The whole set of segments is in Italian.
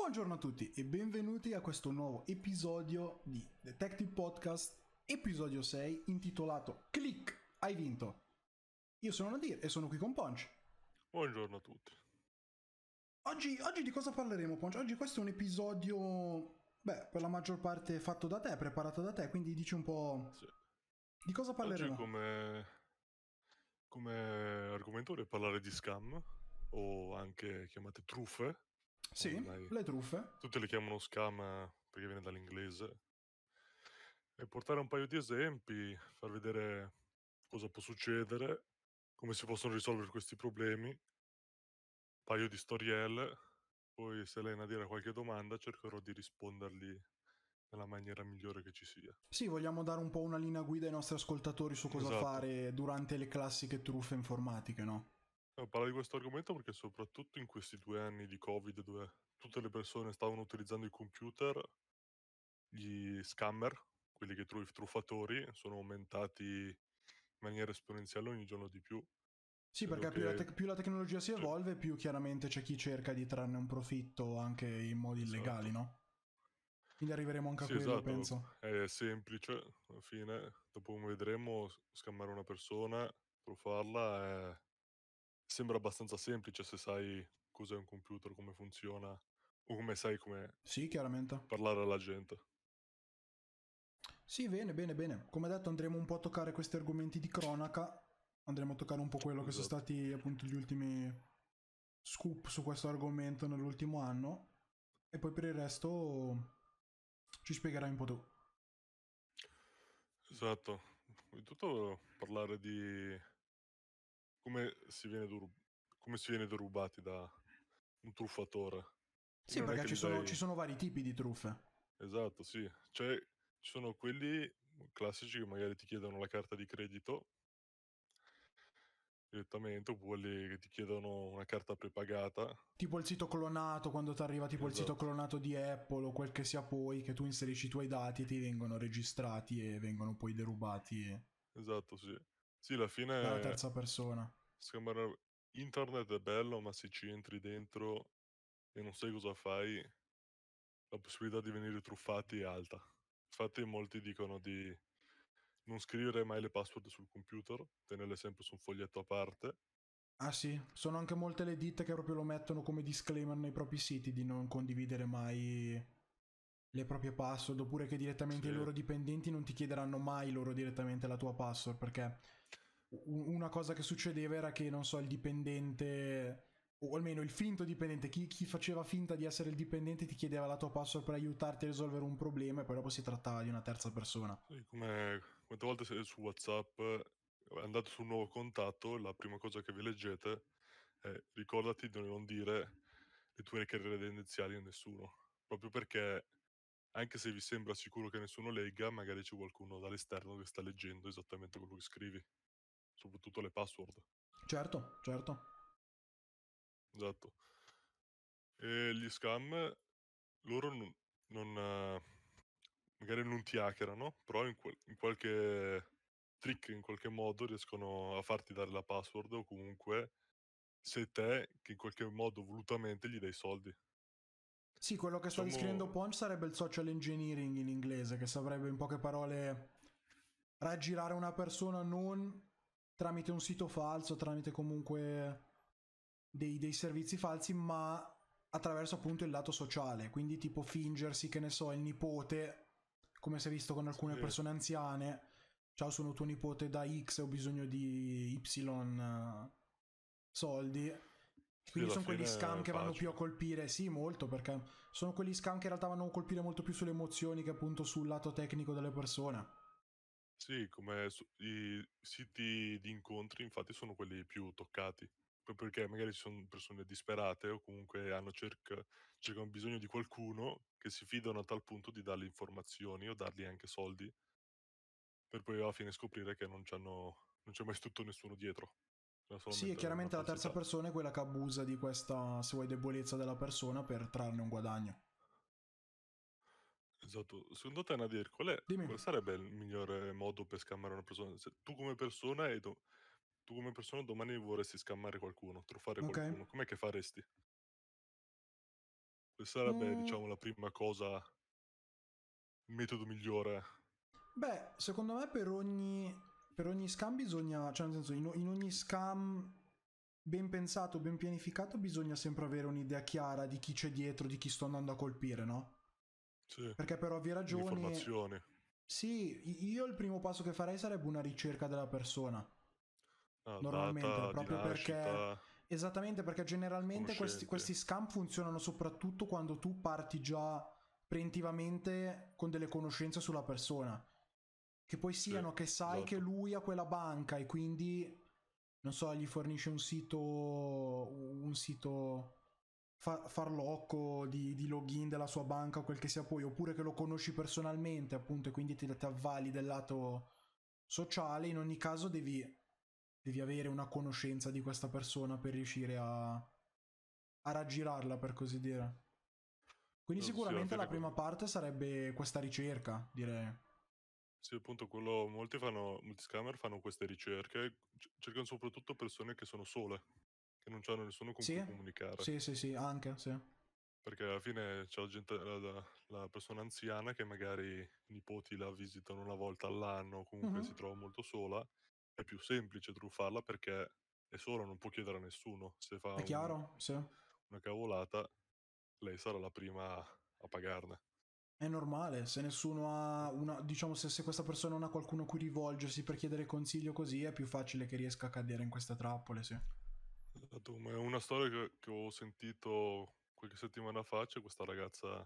Buongiorno a tutti e benvenuti a questo nuovo episodio di Detective Podcast, episodio 6, intitolato Click, hai vinto. Io sono Nadir e sono qui con Punch. Buongiorno a tutti. Oggi di cosa parleremo, Punch? Oggi questo è un episodio, per la maggior parte fatto da te, preparato da te, quindi dici un po' Sì. di cosa Oggi parleremo. come argomento vorrei parlare di scam, o anche chiamate truffe. Sì, Ormai le truffe. tutte le chiamano scam perché viene dall'inglese. E portare un paio di esempi, far vedere cosa può succedere, come si possono risolvere questi problemi, un paio di storielle. Poi se lei Nadia ha qualche domanda cercherò di rispondergli nella maniera migliore che ci sia. Sì, vogliamo dare un po' una linea guida ai nostri ascoltatori su cosa Esatto. fare durante le classiche truffe informatiche, no? Parlo di questo argomento perché soprattutto in questi 2 anni di Covid, dove tutte le persone stavano utilizzando i computer, gli scammer, quelli che i truffatori, sono aumentati in maniera esponenziale ogni giorno di più. Sì, Credo perché che... più la tecnologia si Sì, evolve, più chiaramente c'è chi cerca di trarne un profitto anche in modi illegali, esatto. no? Quindi arriveremo anche a Sì, quello, esatto. penso. È semplice, alla fine, dopo come vedremo, scammare una persona, truffarla, sembra abbastanza semplice se sai cos'è un computer, come funziona, o come sai come Sì, chiaramente. parlare alla gente. Sì, bene, bene, bene. Come detto andremo un po' a toccare questi argomenti di cronaca, andremo a toccare un po' quello che sono Esatto. stati appunto gli ultimi scoop su questo argomento nell'ultimo anno e poi per il resto ci spiegherai un po' tu. Esatto. Innanzitutto parlare di come si viene, come si viene derubati da un truffatore. Sì, Quindi non è perché che ci gli sono, dai... ci sono vari tipi di truffe. Esatto, sì. Cioè, ci sono quelli classici che magari ti chiedono la carta di credito direttamente, oppure quelli che ti chiedono una carta prepagata. Tipo il sito clonato, quando ti arriva tipo il sito Esatto, clonato di Apple o quel che sia poi, che tu inserisci i tuoi dati e ti vengono registrati e vengono poi derubati esatto, sì. Sì, alla dalla fine terza persona. sembra... Internet è bello, ma se ci entri dentro e non sai cosa fai, la possibilità di venire truffati è alta. Infatti molti dicono di non scrivere mai le password sul computer, tenerle sempre su un foglietto a parte. Ah sì, sono anche molte le ditte che proprio lo mettono come disclaimer nei propri siti di non condividere mai le proprie password, oppure che direttamente i Sì, loro dipendenti non ti chiederanno mai loro direttamente la tua password, perché una cosa che succedeva era che, non so, il dipendente, o almeno il finto dipendente, chi faceva finta di essere il dipendente ti chiedeva la tua password per aiutarti a risolvere un problema e poi dopo si trattava di una terza persona. sì, come quante volte sei su WhatsApp, andate sul nuovo contatto, la prima cosa che vi leggete è ricordati di non dire le tue credenziali a nessuno, proprio perché anche se vi sembra sicuro che nessuno legga, magari c'è qualcuno dall'esterno che sta leggendo esattamente quello che scrivi, soprattutto le password. Certo, certo. Esatto. E gli scam, loro magari non ti hackerano, però in qualche trick, in qualche modo riescono a farti dare la password, o comunque sei te che in qualche modo volutamente gli dai soldi. Sì, quello che sta descrivendo Diciamo, Ponch sarebbe il social engineering in inglese, che sarebbe in poche parole raggirare una persona non tramite un sito falso, tramite comunque dei servizi falsi, ma attraverso appunto il lato sociale, quindi tipo fingersi, che ne so, il nipote, come si è visto con alcune sì, persone anziane, ciao sono tuo nipote da X e ho bisogno di Y soldi. sì, Quindi alla sono quegli scam fine è che vanno più a facile. colpire, sì, molto, perché sono quegli scam che in realtà vanno a colpire molto più sulle emozioni che appunto sul lato tecnico delle persone. Sì, come i siti di incontri, infatti, sono quelli più toccati, proprio perché magari ci sono persone disperate o comunque cercano bisogno di qualcuno che si fidano a tal punto di dargli informazioni o dargli anche soldi, per poi alla fine scoprire che non c'è mai stato nessuno dietro, era Sì, e solamente una chiaramente la terza falsità. persona è quella che abusa di questa, se vuoi, debolezza della persona per trarne un guadagno. Esatto. Secondo te, Nadir, Dimmi. quale sarebbe il migliore modo per scammare una persona? Se tu come persona domani vorresti scammare qualcuno, truffare Ok. qualcuno, com'è che faresti? Questa sarebbe, diciamo, la prima cosa, il metodo migliore. Beh, secondo me per ogni scam bisogna, cioè nel senso in ogni scam ben pensato, ben pianificato bisogna sempre avere un'idea chiara di chi c'è dietro, di chi sto andando a colpire, no? Sì, Perché per ovvie ragioni, informazioni, sì, io il primo passo che farei sarebbe una ricerca della persona, normalmente, data di proprio perché, nascita, esattamente perché generalmente conoscenti. questi scam funzionano soprattutto quando tu parti già preventivamente con delle conoscenze sulla persona. Che poi Sì, siano che sai che esatto. lui ha quella banca e quindi, non so, gli fornisce un sito farlocco di login della sua banca o quel che sia poi, oppure che lo conosci personalmente appunto e quindi ti avvali del lato sociale. In ogni caso devi avere una conoscenza di questa persona per riuscire a raggirarla, per così dire. Quindi Esatto, sì, alla sicuramente la fine, prima parte sarebbe questa ricerca, direi. sì, appunto, quello, molti scammer fanno queste ricerche, cercano soprattutto persone che sono sole, che non hanno nessuno con cui Sì? comunicare. Sì, sì, sì, anche, sì. Perché alla fine c'è la gente, la persona anziana che magari i nipoti la visitano una volta all'anno, comunque Mhm. si trova molto sola, è più semplice truffarla perché è sola, non può chiedere a nessuno. Se fa È chiaro? Sì. una cavolata, lei sarà la prima a pagarne. È normale, se nessuno ha una, diciamo, se questa persona non ha qualcuno a cui rivolgersi per chiedere consiglio così, è più facile che riesca a cadere in queste trappole, sì. Esatto, ma è una storia che ho sentito qualche settimana fa, c'è questa ragazza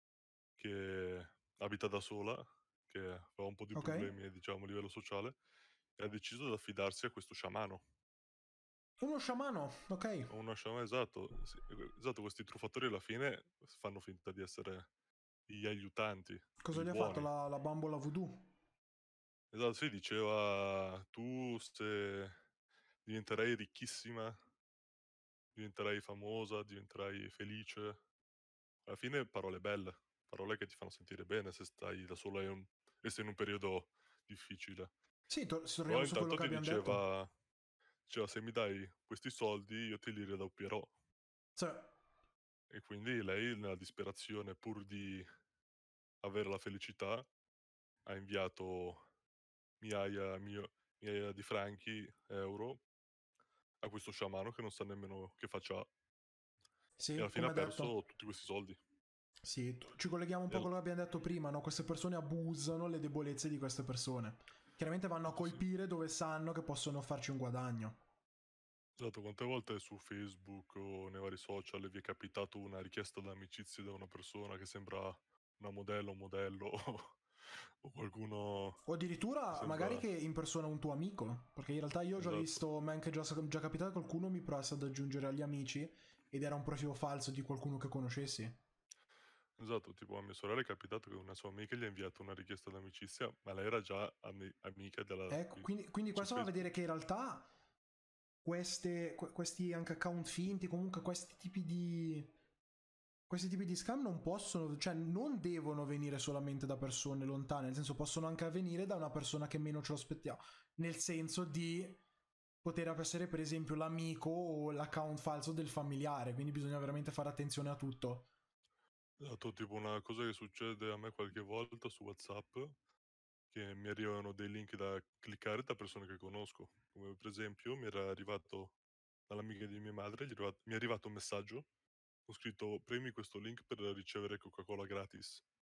che abita da sola, che aveva un po' di Ok? problemi, diciamo, a livello sociale, e ha deciso di affidarsi a questo sciamano. Uno sciamano, ok. A uno sciamano, esatto, sì, esatto, questi truffatori alla fine fanno finta di essere gli aiutanti, Cosa quelli gli ha fatto buoni. la bambola voodoo? Esatto, sì, diceva, tu se diventerai ricchissima, diventerai famosa, diventerai felice. Alla fine parole belle, parole che ti fanno sentire bene se stai da sola e sei in un periodo difficile. Sì, Però torniamo su quello intanto che ti abbiamo detto. diceva se mi dai questi soldi io te li ridoppierò. Cioè, E quindi lei nella disperazione pur di avere la felicità ha inviato migliaia di franchi, euro a questo sciamano che non sa nemmeno che faccia ha e alla sì, fine ha come detto. perso tutti questi soldi. Sì, ci colleghiamo un po' a E quello che abbiamo detto prima, no? Queste persone abusano le debolezze di queste persone. Chiaramente vanno a sì. colpire dove sanno che possono farci un guadagno. Esatto, quante volte su Facebook o nei vari social vi è capitato una richiesta d'amicizia da una persona che sembra una modella, un modello o qualcuno O che addirittura magari sembra... che in persona un tuo amico. Perché in realtà io ho già Esatto, visto, mi è anche già capitato che qualcuno mi provasse ad aggiungere agli amici ed era un profilo falso di qualcuno che conoscessi. esatto, tipo a mia sorella è capitato che una sua amica gli ha inviato una richiesta d'amicizia, ma lei era già amica Quindi su questo va a vedere Facebook. che in realtà questi anche account finti, comunque questi tipi di scam non possono, cioè non devono venire solamente da persone lontane, nel senso possono anche avvenire da una persona che meno ce lo aspettiamo, nel senso di poter essere per esempio l'amico o l'account falso del familiare, quindi bisogna veramente fare attenzione a tutto. Esatto, tipo una cosa che succede a me qualche volta su WhatsApp, che mi arrivano dei link da cliccare da persone che conosco. Come per esempio mi era arrivato dall'amica di mia madre, mi è arrivato un messaggio con scritto premi questo link per ricevere Coca-Cola gratis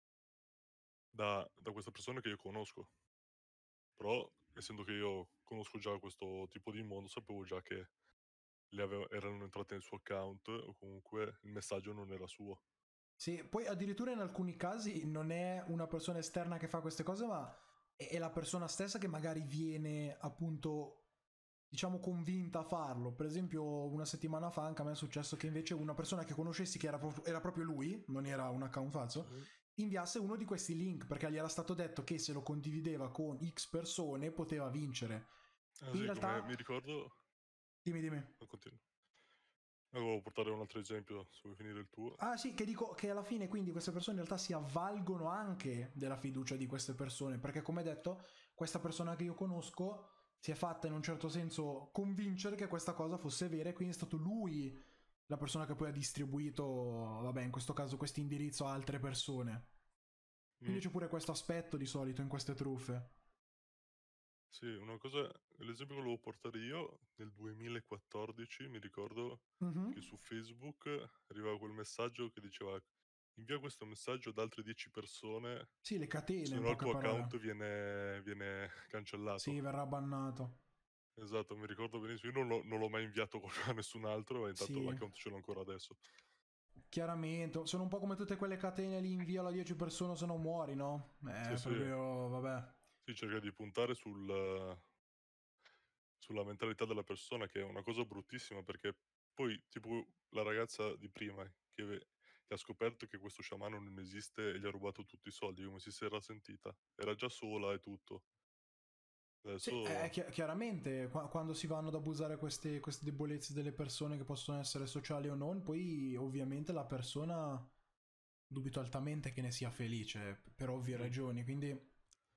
da questa persona che io conosco. Però, essendo che io conosco già questo tipo di mondo, sapevo già che erano entrate nel suo account o comunque il messaggio non era suo. Sì, poi addirittura in alcuni casi non è una persona esterna che fa queste cose, ma è la persona stessa che magari viene appunto, diciamo, convinta a farlo. Per esempio, una settimana fa anche a me è successo che invece una persona che conoscessi, che era proprio lui, non era un account falso, Sì. inviasse uno di questi link perché gli era stato detto che se lo condivideva con X persone poteva vincere. Ah Quindi sì, in come realtà, mi ricordo... dimmi. Continuo. Volevo portare un altro esempio, se vuoi finire il tuo. Ah sì, che dico che alla fine quindi queste persone in realtà si avvalgono anche della fiducia di queste persone, perché come detto, questa persona che io conosco si è fatta in un certo senso convincere che questa cosa fosse vera e quindi è stato lui la persona che poi ha distribuito, vabbè, in questo caso questo indirizzo a altre persone. Quindi Mm. c'è pure questo aspetto di solito in queste truffe. Sì, una cosa, l'esempio che volevo portare io, nel 2014 mi ricordo Mhm. che su Facebook arrivava quel messaggio che diceva invia questo messaggio ad altre 10 persone, Sì, le catene se in no il poche tuo parole. account viene Sì, cancellato. verrà bannato. Esatto, mi ricordo benissimo. Io non l'ho mai inviato a nessun altro, e intanto Sì, l'account ce l'ho ancora adesso. chiaramente. Sono un po' come tutte quelle catene lì, invia a 10 persone se non muori, no? Sì, sì, Proprio, vabbè. si cerca di puntare sulla mentalità della persona, che è una cosa bruttissima, perché poi, tipo, la ragazza di prima che ha scoperto che questo sciamano non esiste e gli ha rubato tutti i soldi, come si era sentita? Era già sola e tutto. Sì, Adesso, chiaramente quando si vanno ad abusare queste debolezze delle persone che possono essere sociali o non, poi ovviamente la persona dubito altamente che ne sia felice per ovvie mm. ragioni, quindi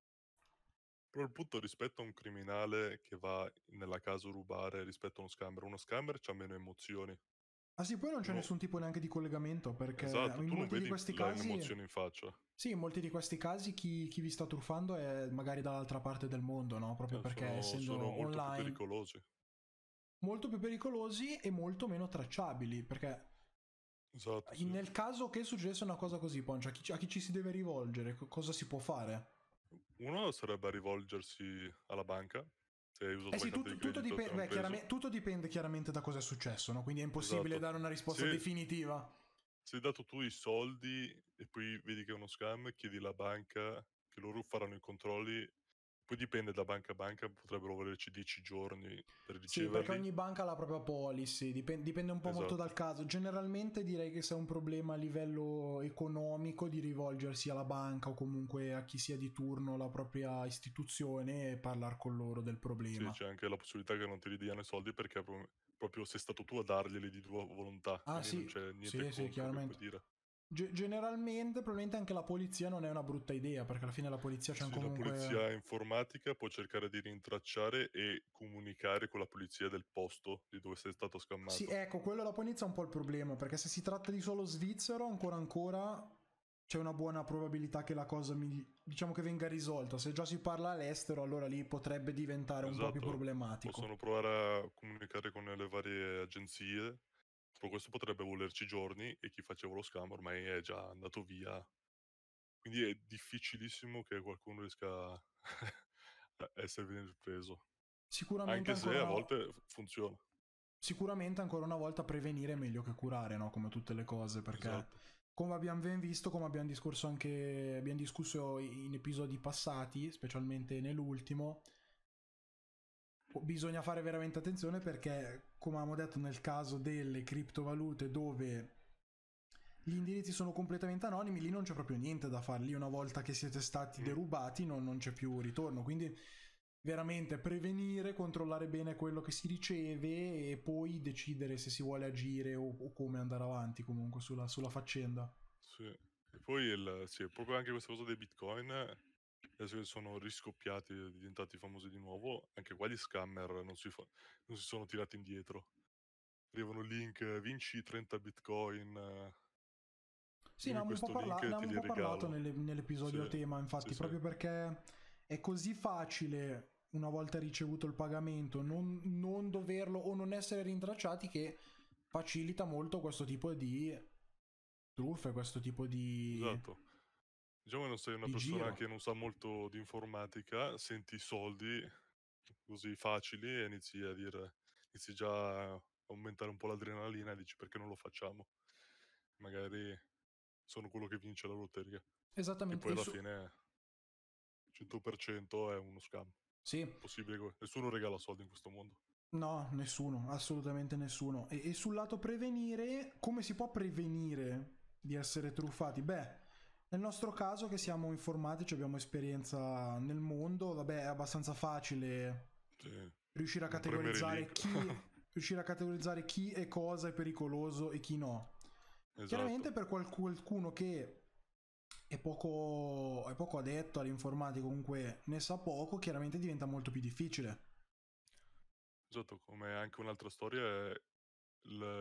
Però il punto rispetto a un criminale che va nella casa a rubare rispetto a uno scammer c'ha meno emozioni. ah sì, poi non c'è Uno, nessun tipo neanche di collegamento perché esatto, in tu non molti di vedi questi casi, l'emozione in faccia. sì, in molti di questi casi chi vi sta truffando è magari dall'altra parte del mondo, no? Proprio perché essendo Sono molto più online pericolosi. molto più pericolosi e molto meno tracciabili, perché Esatto, sì. nel caso che successe una cosa così, Poncia, a chi ci si deve rivolgere? Cosa si può fare? Uno sarebbe rivolgersi alla banca, se hai Eh usato la sì, carta di credito e ti hanno preso. tutto dipende chiaramente da cosa è successo, no? Quindi è impossibile Esatto. dare una risposta Se, definitiva. se hai dato tu i soldi e poi vedi che è uno scam, chiedi alla banca che loro faranno i controlli. Poi dipende da banca a banca, potrebbero volerci 10 giorni per Sì, perché riceverli. ogni banca ha la propria policy, dipende un po' molto Esatto. dal caso. Generalmente direi che se è un problema a livello economico di rivolgersi alla banca o comunque a chi sia di turno la propria istituzione e parlare con loro del Sì, problema. c'è anche la possibilità che non ti ridiano i soldi perché proprio sei stato tu a darglieli di tua volontà, Ah quindi non sì, c'è niente sì, sì, contro che puoi chiaramente. dire. Generalmente, probabilmente anche la polizia non è una brutta idea, perché alla fine la polizia c'è Sì, la comunque... polizia informatica può cercare di rintracciare e comunicare con la polizia del posto di dove sei stato Sì, scammato. ecco, quello della polizia è un po' il problema, perché se si tratta di solo svizzero, ancora c'è una buona probabilità che la cosa diciamo che venga risolta. Se già si parla all'estero, allora lì potrebbe diventare un po' più Esatto, problematico. possono provare a comunicare con le varie agenzie, però questo potrebbe volerci giorni e chi faceva lo scambio ormai è già andato via. Quindi è difficilissimo che qualcuno riesca a a essere preso, Sicuramente anche se ancora a una, volte funziona. sicuramente ancora una volta prevenire è meglio che curare, no? Come tutte le cose, perché Esatto. come abbiamo ben visto, come abbiamo discusso in episodi passati, specialmente nell'ultimo, bisogna fare veramente attenzione perché, come abbiamo detto nel caso delle criptovalute dove gli indirizzi sono completamente anonimi, lì non c'è proprio niente da fare, lì una volta che siete stati Mm. derubati non c'è più ritorno, quindi veramente prevenire, controllare bene quello che si riceve e poi decidere se si vuole agire o come andare avanti comunque sulla faccenda. Sì. E poi sì, proprio anche questa cosa dei bitcoin, adesso che sono riscoppiati, diventati famosi di nuovo, anche qua gli scammer non si sono tirati indietro. Arrivano link, vinci 30 bitcoin, Sì, dimmi questo link ne e avevamo te un li po' parlato regalo. nell'episodio a Sì, tema, sì, infatti, sì, proprio perché è così facile, una volta ricevuto il pagamento, non doverlo o non essere rintracciati che facilita molto questo tipo di truffe, questo tipo esatto. Diciamo che non sei una di persona giro. che non sa molto di informatica, senti i soldi così facili e inizi già a aumentare un po' l'adrenalina e dici perché non lo facciamo? Magari sono quello che vince la lotteria, che Esattamente, poi alla fine 100% è uno scam. sì, Possibile che nessuno regala soldi in questo mondo. no, nessuno, assolutamente nessuno. E sul lato prevenire, come si può prevenire di essere truffati? Beh, nel nostro caso che siamo informatici, abbiamo esperienza nel mondo, vabbè, è abbastanza facile Sì. riuscire a Non premere i categorizzare link. riuscire a categorizzare chi e cosa è pericoloso e chi no. Esatto. Chiaramente per qualcuno che è poco addetto all'informatica, comunque ne sa poco, chiaramente diventa molto più difficile. Esatto, come anche un'altra storia è il-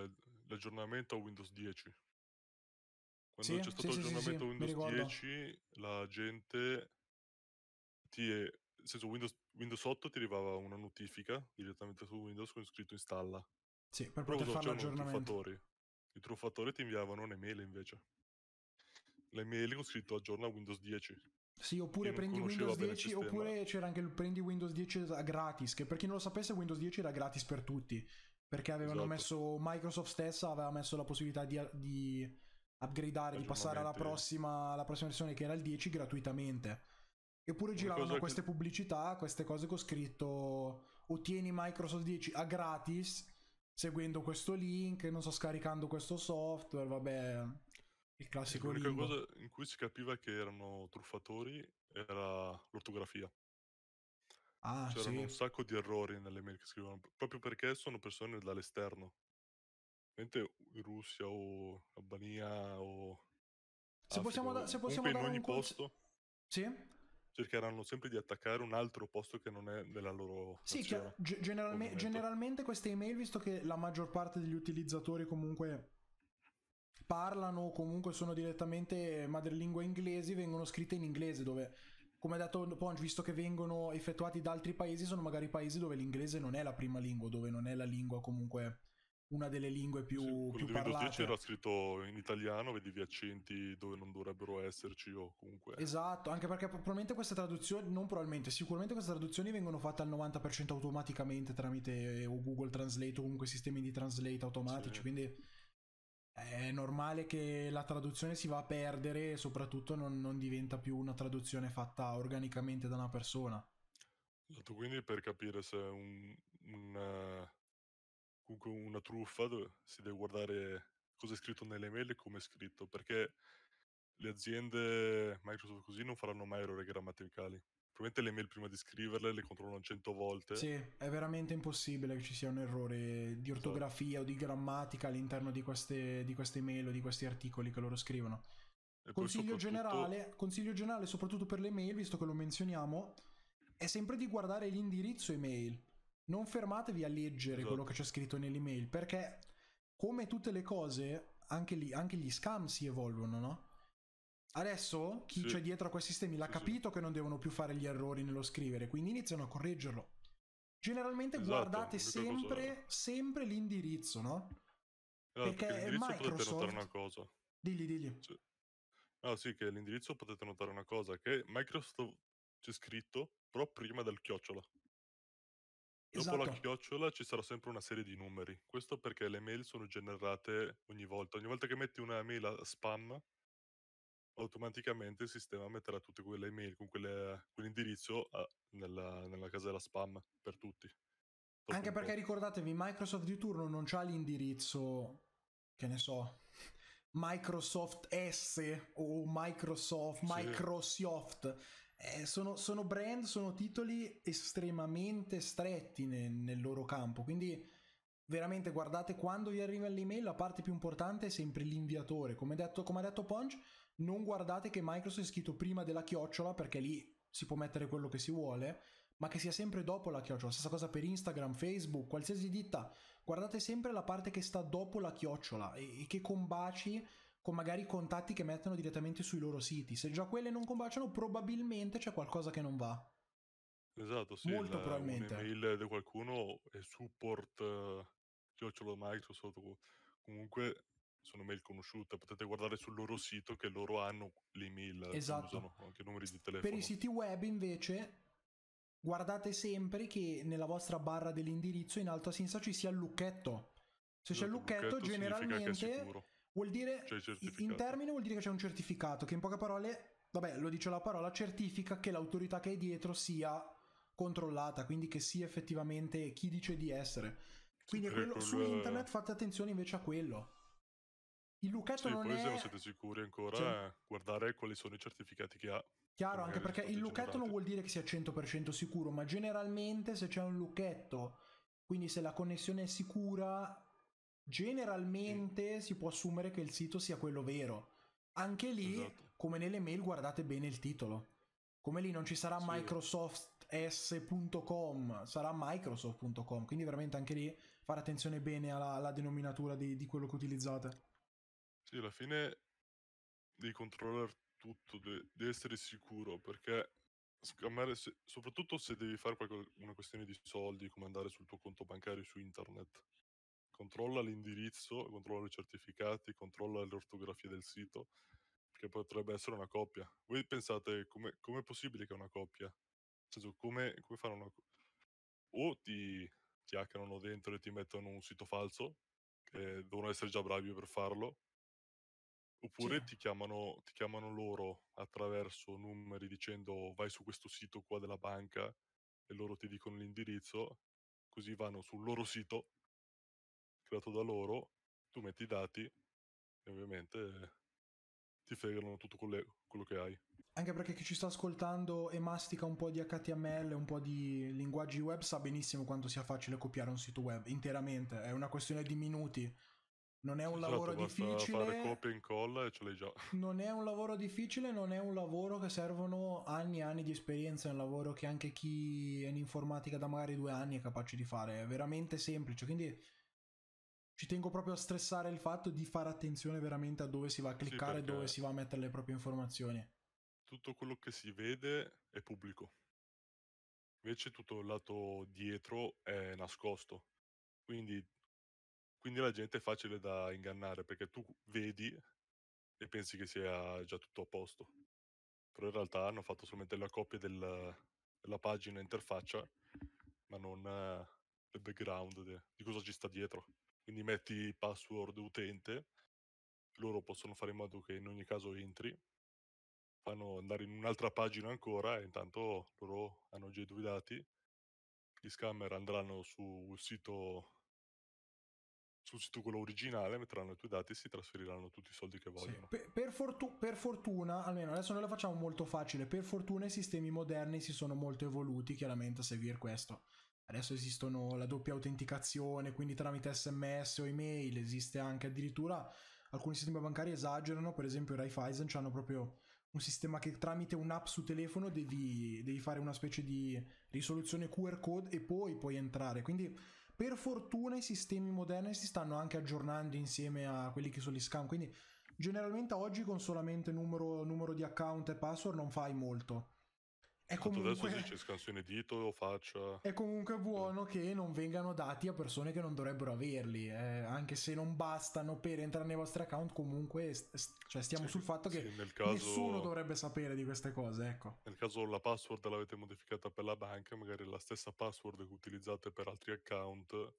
l'aggiornamento a Windows 10. Quando Sì, c'è sì, stato sì, sì, sì, l'aggiornamento a mi Windows ricordo. 10, la gente nel senso Windows 8 ti arrivava una notifica direttamente su Windows con scritto installa. Sì, per Però poter cosa fare facevano i l'aggiornamento. truffatori? I truffatori ti inviavano un'email invece. L'email con scritto aggiorna Windows 10. Sì, Chi oppure non prendi conosceva Windows bene il 10, sistema, oppure c'era anche il prendi Windows 10 a gratis, che per chi non lo sapesse Windows 10 era gratis per tutti, perché avevano esatto, messo, Microsoft stessa aveva messo la possibilità di upgradeare, di passare aggiornamenti. alla prossima versione che era il 10 gratuitamente. Eppure Una giravano cosa che queste pubblicità, queste cose con scritto ottieni Microsoft 10 a gratis seguendo questo link, non so, scaricando questo software, vabbè, il classico l'unica lingo. cosa in cui si capiva che erano truffatori era l'ortografia. Ah, C'erano un sì. sacco di errori nelle mail che scrivevano, proprio perché sono persone dall'esterno. Mentre in Russia o Albania o Africa, Se comunque possiamo in dare ogni un posto Sì? cercheranno sempre di attaccare un altro posto che non è nella loro Sì, nazione, ovviamente. generalmente queste email, visto che la maggior parte degli utilizzatori comunque parlano o comunque sono direttamente madrelingua inglesi, vengono scritte in inglese, dove, come ha detto Ponch, visto che vengono effettuati da altri paesi, sono magari paesi dove l'inglese non è la prima lingua, dove non è la lingua comunque una delle lingue Sì, quello più di Windows 10 era parlate. scritto in italiano, vedevi accenti dove non dovrebbero esserci o comunque... Esatto, anche perché probabilmente queste traduzioni, non probabilmente, sicuramente queste traduzioni vengono fatte al 90% automaticamente tramite o Google Translate o comunque sistemi di translate Sì, automatici, quindi è normale che la traduzione si va a perdere e soprattutto non diventa più una traduzione fatta organicamente da una persona. esatto, quindi per capire se è comunque una truffa si deve guardare cosa è scritto nelle mail e come è scritto, perché le aziende Microsoft così non faranno mai errori grammaticali. Probabilmente le mail prima di scriverle le controllano 100 volte. Sì, è veramente impossibile che ci sia un errore di Esatto. ortografia o di grammatica all'interno di queste mail o di questi articoli che loro scrivono. E poi soprattutto, Consiglio generale soprattutto per le mail, visto che lo menzioniamo, è sempre di guardare l'indirizzo email. Non fermatevi a leggere quello che esatto, c'è scritto nell'email, perché come tutte le cose, anche gli scam si evolvono, no? Adesso chi sì, c'è dietro a quei sistemi l'ha sì, sì, capito che non devono più fare gli errori nello scrivere, quindi iniziano a correggerlo. Generalmente esatto, guardate l'unica cosa... sempre l'indirizzo, no? Esatto, perché Perché l'indirizzo potete notare una Microsoft... cosa. Digli. Sì. Ah sì, che l'indirizzo potete notare una cosa, che Microsoft c'è scritto, però prima del chiocciola. Dopo la Esatto. chiocciola ci sarà sempre una serie di numeri. Questo perché le mail sono generate ogni volta. Ogni volta che metti una mail a spam, automaticamente il sistema metterà tutte quelle email con quell'indirizzo nella casella spam per tutti, dopo Anche un perché po'. ricordatevi, Microsoft di turno non c'ha l'indirizzo, che ne so, Microsoft S o Sì, Microsoft. Sono brand, sono titoli estremamente stretti nel loro campo. Quindi veramente guardate quando vi arriva l'email, la parte più importante è sempre l'inviatore. Come ha detto Punch, non guardate che Microsoft è scritto prima della chiocciola perché lì si può mettere quello che si vuole, ma che sia sempre dopo la chiocciola. Stessa cosa per Instagram, Facebook, qualsiasi ditta. Guardate sempre la parte che sta dopo la chiocciola e che combaci con magari contatti che mettono direttamente sui loro siti. Se già quelle non combaciano, probabilmente c'è qualcosa che non va. esatto, sì, Molto probabilmente. un'email di qualcuno è support chiocciola Microsoft, comunque sono mail conosciute, potete guardare sul loro sito che loro hanno l'email che Esatto. usano, anche numeri di Per i telefono. siti web invece guardate sempre che nella vostra barra dell'indirizzo in alto a sinistra ci sia il lucchetto. Se c'è il Esatto, il lucchetto lucchetto significa che è generalmente sicuro, vuol c'è il dire, in certificato. termine vuol dire che c'è un certificato, che in poche parole, vabbè lo dice la parola, certifica che l'autorità che è dietro sia controllata, quindi che sia effettivamente chi dice di essere. Sì, Quindi è perché quello, su internet fate attenzione invece a quello. Il lucchetto sì, non poi se non è... siete sicuri Sì. ancora, guardare quali sono i certificati che ha, che Chiaro, anche magari sono perché il stati lucchetto non generati. vuol dire che sia 100% sicuro, ma generalmente se c'è un lucchetto, quindi se la connessione è sicura, Mm, generalmente si può assumere che il sito sia quello vero. Anche lì, esatto. come nelle mail, guardate bene il titolo. Come lì non ci sarà Sì, Microsoft s.com sarà microsoft.com, quindi veramente anche lì fare attenzione bene alla denominatura di quello che utilizzate. Sì, alla fine devi controllare tutto, devi essere sicuro, perché scammare, soprattutto se devi fare una questione di soldi, come andare sul tuo conto bancario su internet, controlla l'indirizzo, controlla i certificati, controlla l'ortografia del sito, perché potrebbe essere una coppia. Voi pensate come è possibile che è una coppia? Nel senso, come fanno o ti hackerano dentro e ti mettono un sito falso, che devono essere già bravi per farlo, Sì, oppure ti chiamano loro attraverso numeri dicendo vai su questo sito qua della banca e loro ti dicono l'indirizzo, così vanno sul loro sito creato da loro, tu metti i dati e ovviamente ti fregano tutto quello che hai. anche perché chi ci sta ascoltando e mastica un po' di HTML, un po' di linguaggi web, sa benissimo quanto sia facile copiare un sito web interamente, è una questione di minuti. Non è Sì, un esatto, lavoro basta fare difficile, copia e incolla e ce l'hai già. non è un lavoro difficile, non è un lavoro che servono anni e anni di esperienza, è un lavoro che anche chi è in informatica da magari 2 anni è capace di fare, è veramente semplice, quindi ci tengo proprio a stressare il fatto di fare attenzione veramente a dove si va a Sì, cliccare, dove perché si va a mettere le proprie informazioni. tutto quello che si vede è pubblico, invece tutto il lato dietro è nascosto. Quindi, quindi la gente è facile da ingannare perché tu vedi e pensi che sia già tutto a posto. Però in realtà hanno fatto solamente la copia della pagina interfaccia, ma non del background di cosa ci sta dietro. Quindi metti password utente, loro possono fare in modo che in ogni caso entri, fanno andare in un'altra pagina ancora e intanto loro hanno già i tuoi dati, gli scammer andranno sul sito quello originale, metteranno i tuoi dati e si trasferiranno tutti i soldi che Sì. vogliono. Per fortuna, almeno adesso noi lo facciamo molto facile, per fortuna i sistemi moderni si sono molto evoluti chiaramente a seguire questo. Adesso esistono la doppia autenticazione, quindi tramite SMS o email, esiste anche addirittura alcuni sistemi bancari esagerano, per esempio Raiffeisen hanno proprio un sistema che tramite un'app su telefono devi fare una specie di risoluzione QR code e poi puoi entrare. Quindi per fortuna i sistemi moderni si stanno anche aggiornando insieme a quelli che sono gli scam, quindi generalmente oggi con solamente numero di account e password non fai molto. È Esatto, adesso sì comunque, c'è scansione dito o faccia. è comunque buono che non vengano dati a persone che non dovrebbero averli, anche se non bastano per entrare nei vostri account, comunque cioè stiamo Sì, sul fatto che sì, nel nessuno caso, dovrebbe sapere di queste cose, ecco. nel caso la password l'avete modificata per la banca, magari la stessa password che utilizzate per altri account,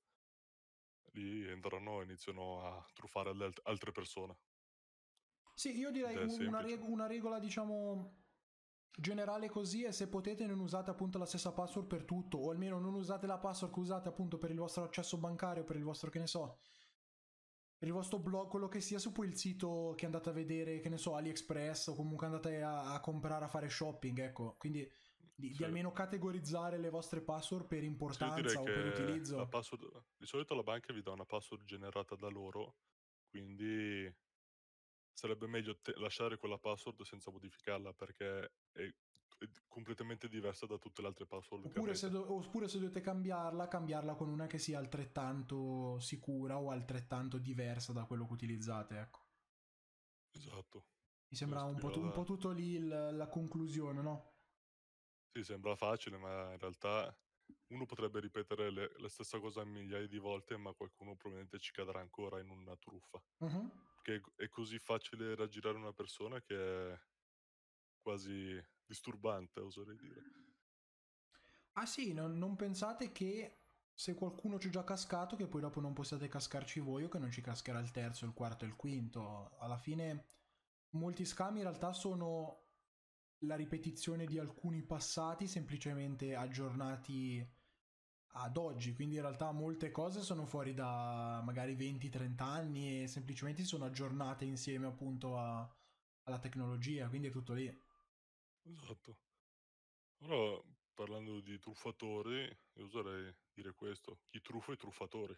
lì entrano e iniziano a truffare altre persone. Sì, io Ed direi è semplice. una regola, diciamo, generale così è se potete non usate appunto la stessa password per tutto, o almeno non usate la password che usate appunto per il vostro accesso bancario, per il vostro, che ne so, per il vostro blog, quello che sia, su poi il sito che andate a vedere, che ne so, AliExpress o comunque andate a comprare, a fare shopping, ecco. Quindi di Sì. almeno categorizzare le vostre password per Sì, io direi importanza o per che la utilizzo. password, di solito la banca vi dà una password generata da loro, quindi sarebbe meglio lasciare quella password senza modificarla perché è completamente diversa da tutte le altre password che avrete. Oppure se dovete cambiarla, cambiarla con una che sia altrettanto sicura o altrettanto diversa da quello che utilizzate, ecco. Esatto. Mi sembra Questo un po' tutto lì la conclusione, no? sì, sembra facile, ma in realtà uno potrebbe ripetere la stessa cosa migliaia di volte, ma qualcuno probabilmente ci cadrà ancora in una truffa. Mhm. Perché è così facile raggirare una persona che è quasi disturbante, oserei dire. Ah sì, non pensate che se qualcuno ci è già cascato, che poi dopo non possiate cascarci voi o che non ci cascherà il terzo, il quarto e il quinto. Alla fine molti scam in realtà sono la ripetizione di alcuni passati semplicemente aggiornati ad oggi, quindi in realtà molte cose sono fuori da magari 20-30 anni e semplicemente si sono aggiornate insieme appunto alla tecnologia, quindi è tutto lì. Esatto. Ora, parlando di truffatori, io oserei dire questo: chi truffa i truffatori.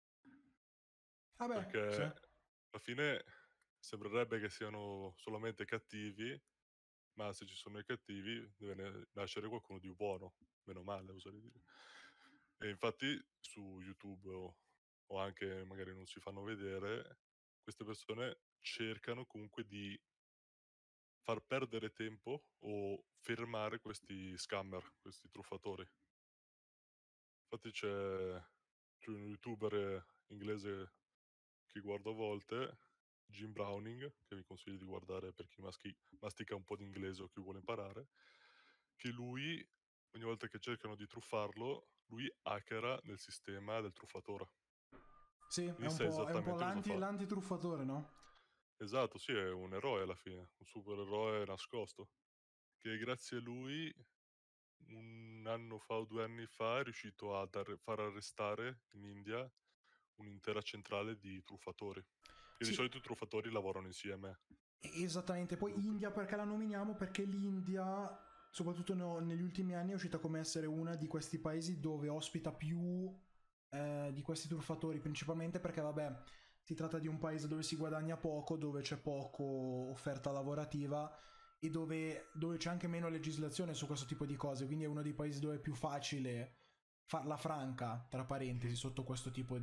Vabbè, Perché sì. alla fine sembrerebbe che siano solamente cattivi, ma se ci sono i cattivi deve nascere qualcuno di buono, meno male, oserei dire. E infatti su YouTube o anche magari non si fanno vedere, queste persone cercano comunque di far perdere tempo o fermare questi scammer, questi truffatori. Infatti c'è un youtuber inglese che guardo a volte, Jim Browning, che vi consiglio di guardare per chi mastica un po' di inglese o chi vuole imparare, che lui, ogni volta che cercano di truffarlo, lui hackera nel sistema del truffatore. Sì, Quindi sa è un po' esattamente cosa fa. l'antitruffatore, no? Esatto, sì, è un eroe alla fine, un supereroe nascosto, che grazie a lui un anno fa o 2 anni fa è riuscito a far arrestare in India un'intera centrale di truffatori. Che di Sì, solito i truffatori lavorano insieme, esattamente. Poi gruppi. India perché la nominiamo? Perché l'India, soprattutto negli ultimi anni, è uscita come essere una di questi paesi dove ospita più di questi truffatori, principalmente perché, vabbè, si tratta di un paese dove si guadagna poco, dove c'è poco offerta lavorativa e dove c'è anche meno legislazione su questo tipo di cose, quindi è uno dei paesi dove è più facile farla franca, tra parentesi, Mhm. sotto questo tipo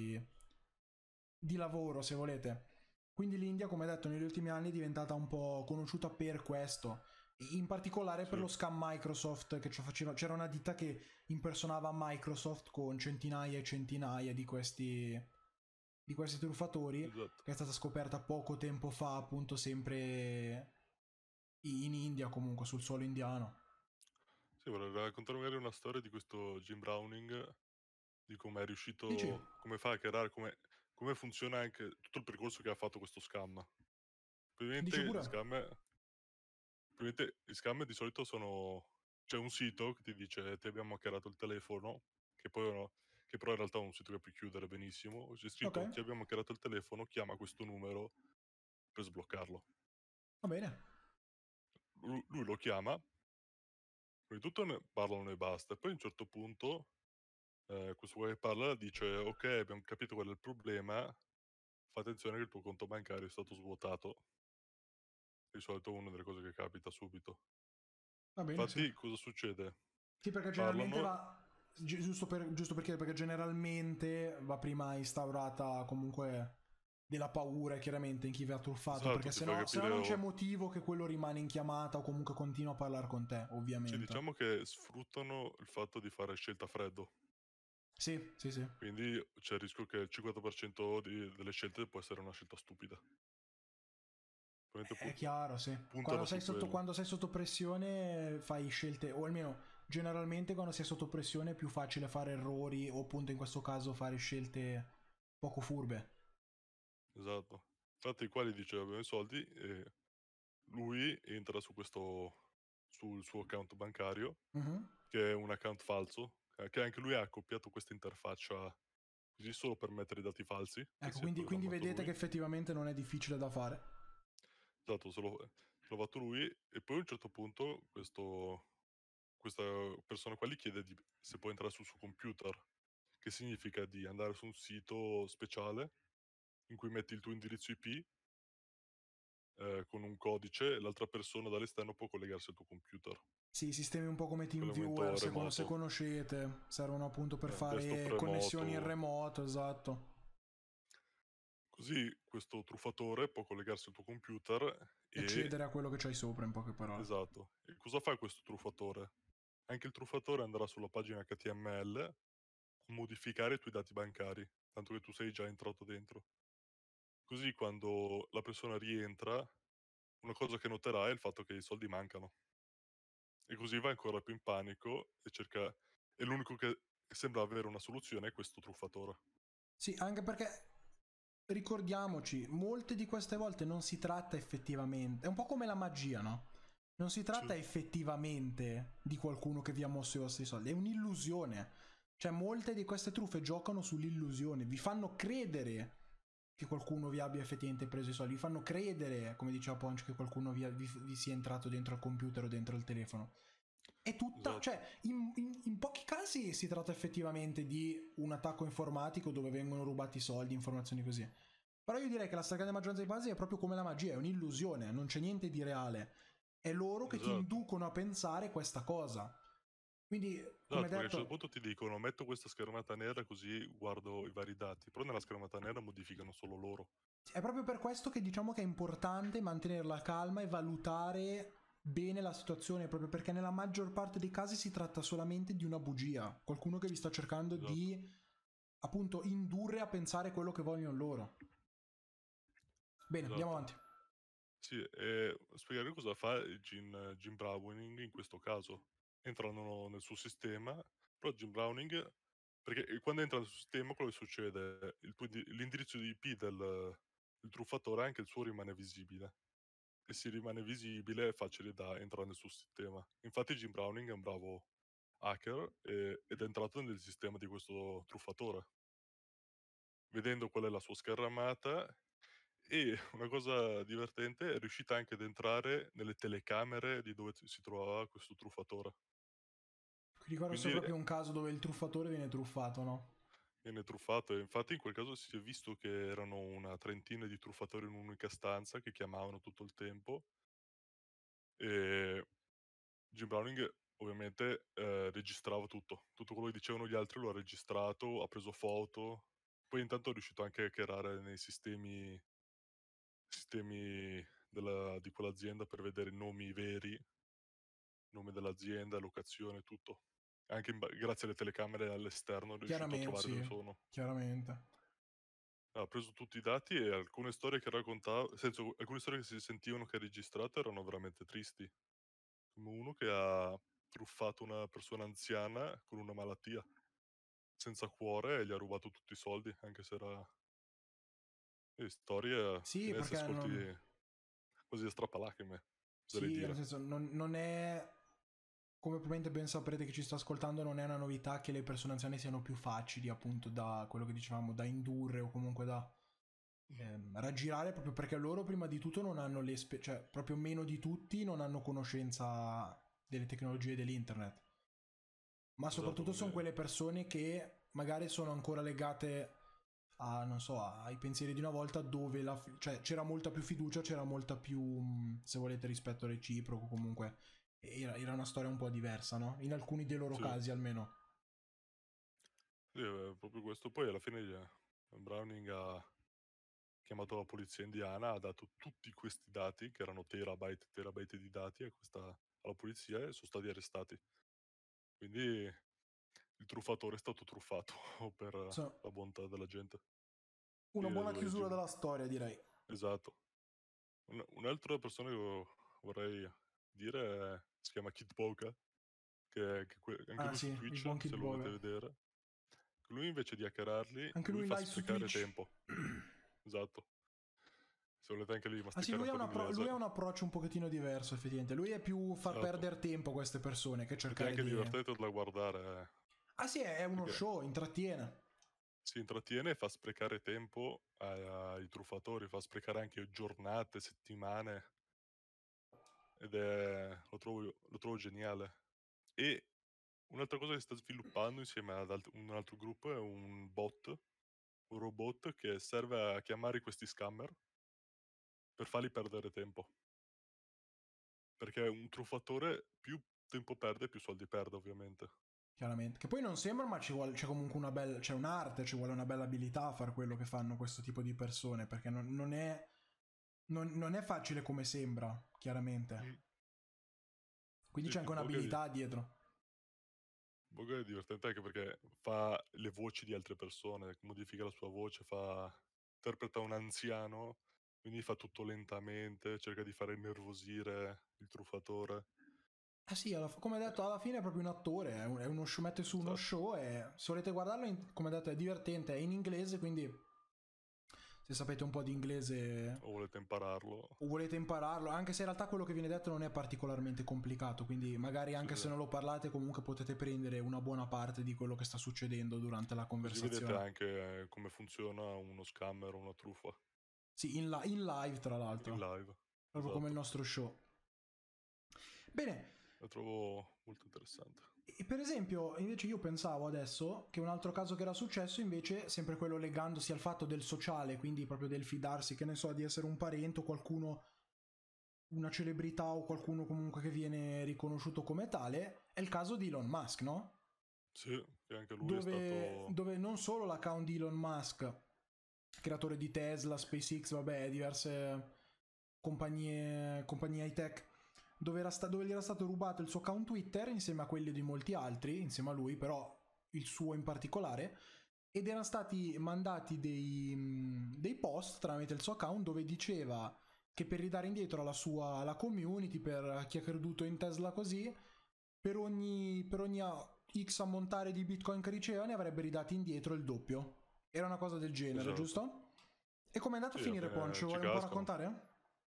di lavoro, se volete. Quindi l'India, come detto, negli ultimi anni è diventata un po' conosciuta per questo, in particolare per Sì, lo scam Microsoft che ci faceva. C'era una ditta che impersonava Microsoft con centinaia e centinaia di questi truffatori, esatto. che è stata scoperta poco tempo fa, appunto, sempre in India, comunque sul suolo indiano. Sì, vorrei raccontare magari una storia di questo Jim Browning, di come è Dici, riuscito, come fa a hackerare, come funziona anche tutto il percorso che ha fatto questo scam. dici Praticamente pure. gli scam di solito sono... C'è un sito che ti dice ti abbiamo hackerato il telefono, che poi che però in realtà è un sito che puoi chiudere benissimo. C'è Ok, scritto ti abbiamo hackerato il telefono, chiama questo numero per sbloccarlo. va bene. Lui lo chiama, prima di tutto ne parlano e basta, e poi a un certo punto questo qua che parla dice ok, abbiamo capito qual è il problema, fa attenzione che il tuo conto bancario è stato svuotato. Di solito è una delle cose che capita subito. Va bene, sì. Infatti cosa succede? Sì, perché generalmente Parlano, va. Giusto per chiedere, perché generalmente va prima instaurata comunque della paura, chiaramente, in chi vi ha truffato. esatto, Perché ti fa se no capire, non c'è motivo che quello rimane in chiamata o comunque continua a parlare con te, sì, ovviamente. diciamo che sfruttano il fatto di fare scelta a freddo. Sì, sì, sì. Quindi c'è il rischio che il 50% delle scelte può essere una scelta stupida. Ovviamente È chiaro, sì. puntano su quello. Quando sei sotto pressione fai scelte, o almeno generalmente quando sei sotto pressione è più facile fare errori o appunto in questo caso fare scelte poco furbe. Esatto. Infatti qua gli dice abbiamo i soldi e lui entra sul suo account bancario, Mhm. che è un account falso, che anche lui ha accoppiato questa interfaccia così solo per mettere i dati falsi, che Ecco, si è quindi programmato vedete lui. che effettivamente non è difficile da fare. Esatto, se l'ho fatto lui e poi a un certo punto questa persona qua gli chiede se può entrare sul suo computer, che significa di andare su un sito speciale in cui metti il tuo indirizzo IP con un codice e l'altra persona dall'esterno può collegarsi al tuo computer. Sì, sistemi un po' come TeamViewer, Collegamento se remoto, conoscete, servono appunto per desktop fare connessioni in remoto. remoto, esatto. Così questo truffatore può collegarsi al tuo computer E e... accedere a quello che c'hai sopra, in poche parole. Esatto. E cosa fa questo truffatore? Anche il truffatore andrà sulla pagina HTML a modificare i tuoi dati bancari, tanto che tu sei già entrato dentro. Così quando la persona rientra, una cosa che noterà è il fatto che i soldi mancano. E così va ancora più in panico e cerca... E l'unico che sembra avere una soluzione è questo truffatore. Sì, anche perché ricordiamoci, molte di queste volte non si tratta effettivamente, è un po' come la magia, no? Non si tratta Sì, effettivamente di qualcuno che vi ha mosso i vostri soldi, è un'illusione. Cioè, molte di queste truffe giocano sull'illusione, vi fanno credere che qualcuno vi abbia effettivamente preso i soldi, vi fanno credere, come diceva Ponch, che qualcuno vi sia entrato dentro al computer o dentro al telefono. È tutta, esatto. cioè, in pochi casi si tratta effettivamente di un attacco informatico dove vengono rubati soldi, informazioni così. Però io direi che la stragrande maggioranza dei casi è proprio come la magia, è un'illusione, non c'è niente di reale. è loro che ti Esatto. inducono a pensare questa cosa. Quindi, come Esatto, perché a un certo detto, punto ti dicono metto questa schermata nera così guardo i vari dati, però nella schermata nera modificano solo loro. è proprio per questo che diciamo che è importante mantenere la calma e valutare bene la situazione, proprio perché nella maggior parte dei casi si tratta solamente di una bugia, qualcuno che vi sta cercando Esatto, di appunto indurre a pensare quello che vogliono loro. Bene, andiamo esatto. avanti. Sì, e spiegare cosa fa il Jim Browning in questo caso. Entrano nel suo sistema, però Jim Browning, perché quando entra nel suo sistema quello che succede, l'indirizzo di IP del truffatore, anche il suo rimane visibile. E se rimane visibile è facile da entrare nel suo sistema. Infatti Jim Browning è un bravo hacker ed è entrato nel sistema di questo truffatore, vedendo qual è la sua schermata. E una cosa divertente, è riuscita anche ad entrare nelle telecamere di dove si trovava questo truffatore. Ricordo se è Quindi proprio un caso dove il truffatore viene truffato, no? viene truffato, e infatti in quel caso si è visto che erano una trentina di truffatori in un'unica stanza che chiamavano tutto il tempo, e Jim Browning ovviamente registrava tutto quello che dicevano gli altri lo ha registrato, ha preso foto, poi intanto è riuscito anche a hackerare nei sistemi di quell'azienda per vedere i nomi veri, nome dell'azienda, locazione, tutto. Anche grazie alle telecamere all'esterno è riuscito a Chiaramente, trovare dove sì, sono. chiaramente. Ha preso tutti i dati e alcune storie che raccontava, nel senso, alcune storie che si sentivano che ha registrato erano veramente tristi. Come uno che ha truffato una persona anziana con una malattia, senza cuore, e gli ha rubato tutti i soldi, anche se era... storie che Sì, ne si perché ascolti non... così a strappalacrime, oserei Sì, nel dire. senso, non è... Come probabilmente ben saprete che ci sta ascoltando, non è una novità che le persone anziane siano più facili, appunto, da quello che dicevamo, da indurre o comunque da raggirare, proprio perché loro prima di tutto non hanno cioè proprio meno di tutti non hanno conoscenza delle tecnologie dell'internet. Ma Esatto, soprattutto quindi sono quelle persone che magari sono ancora legate a, non so, ai pensieri di una volta dove cioè, c'era molta più fiducia, c'era molta più, se volete, rispetto reciproco, comunque era una storia un po' diversa, no? In alcuni dei loro sì, casi almeno. sì, è proprio questo. Poi alla fine Browning ha chiamato la polizia indiana, ha dato tutti questi dati, che erano terabyte e terabyte di dati, alla polizia, e sono stati arrestati. Quindi il truffatore è stato truffato per Insomma, la bontà della gente. una Quindi buona chiusura della storia, direi. esatto. Un'altra persona che vorrei dire si chiama Kid Poker, anche Ah lui su sì, il Twitch, buon Kid se lo volete Boga. vedere. Lui invece di hackerarli, Anche lui lui in fa live su sprecare Twitch. tempo. Esatto. Se volete anche lì Ah sì, masticare un po' lui d'inglese. ha un approccio un pochettino diverso, effettivamente. Lui è più far Esatto. perdere tempo a queste persone che Ed è cercare anche di... divertente da guardare, Ah sì, è uno perché show, intrattiene. si intrattiene e fa sprecare tempo ai truffatori, fa sprecare anche giornate, settimane, lo trovo geniale. E un'altra cosa che sta sviluppando insieme ad un altro gruppo è un robot che serve a chiamare questi scammer per farli perdere tempo. Perché un truffatore più tempo perde, più soldi perde, ovviamente. Chiaramente. Che poi non sembra, ma ci vuole, c'è comunque una bella, c'è un'arte, ci vuole una bella abilità a fare quello che fanno questo tipo di persone, perché non è, non è facile come sembra, chiaramente. Mm. Quindi Sì, c'è anche un'abilità dietro. Boga è divertente anche perché fa le voci di altre persone, modifica la sua voce, interpreta un anziano, quindi fa tutto lentamente, cerca di fare innervosire il truffatore. Ah sì, come detto, alla fine è proprio un attore, è uno show, mette su uno Esatto. show e se volete guardarlo, come detto, è divertente, è in inglese, quindi se sapete un po' di inglese O volete impararlo? o volete impararlo, anche se in realtà quello che viene detto non è particolarmente complicato, quindi magari Sì, anche se non lo parlate comunque potete prendere una buona parte di quello che sta succedendo durante la così vedete conversazione. anche come funziona uno scammer o una truffa Sì, in live tra in l'altro, live. proprio come il Esatto. nostro show. Bene, La trovo molto interessante. e per esempio, invece io pensavo adesso che un altro caso che era successo invece, sempre quello legandosi al fatto del sociale, quindi proprio del fidarsi, che ne so, di essere un parente o qualcuno una celebrità o qualcuno comunque che viene riconosciuto come tale, è il caso di Elon Musk, no? Sì, che anche lui è Dove, stato... dove non solo l'account di Elon Musk, creatore di Tesla, SpaceX, vabbè, diverse compagnie high tech, dove gli era stato rubato il suo account Twitter insieme a quelli di molti altri, insieme a lui, però il suo in particolare, ed erano stati mandati dei post tramite il suo account dove diceva che per ridare indietro alla community, per chi ha creduto in Tesla così, per ogni X ammontare di Bitcoin che riceva ne avrebbe ridati indietro il doppio. Era una cosa del genere, Esatto. giusto? E come è andato a Sì, alla finire, Pon? fine Ce lo ci vuoi un po' cascano. raccontare?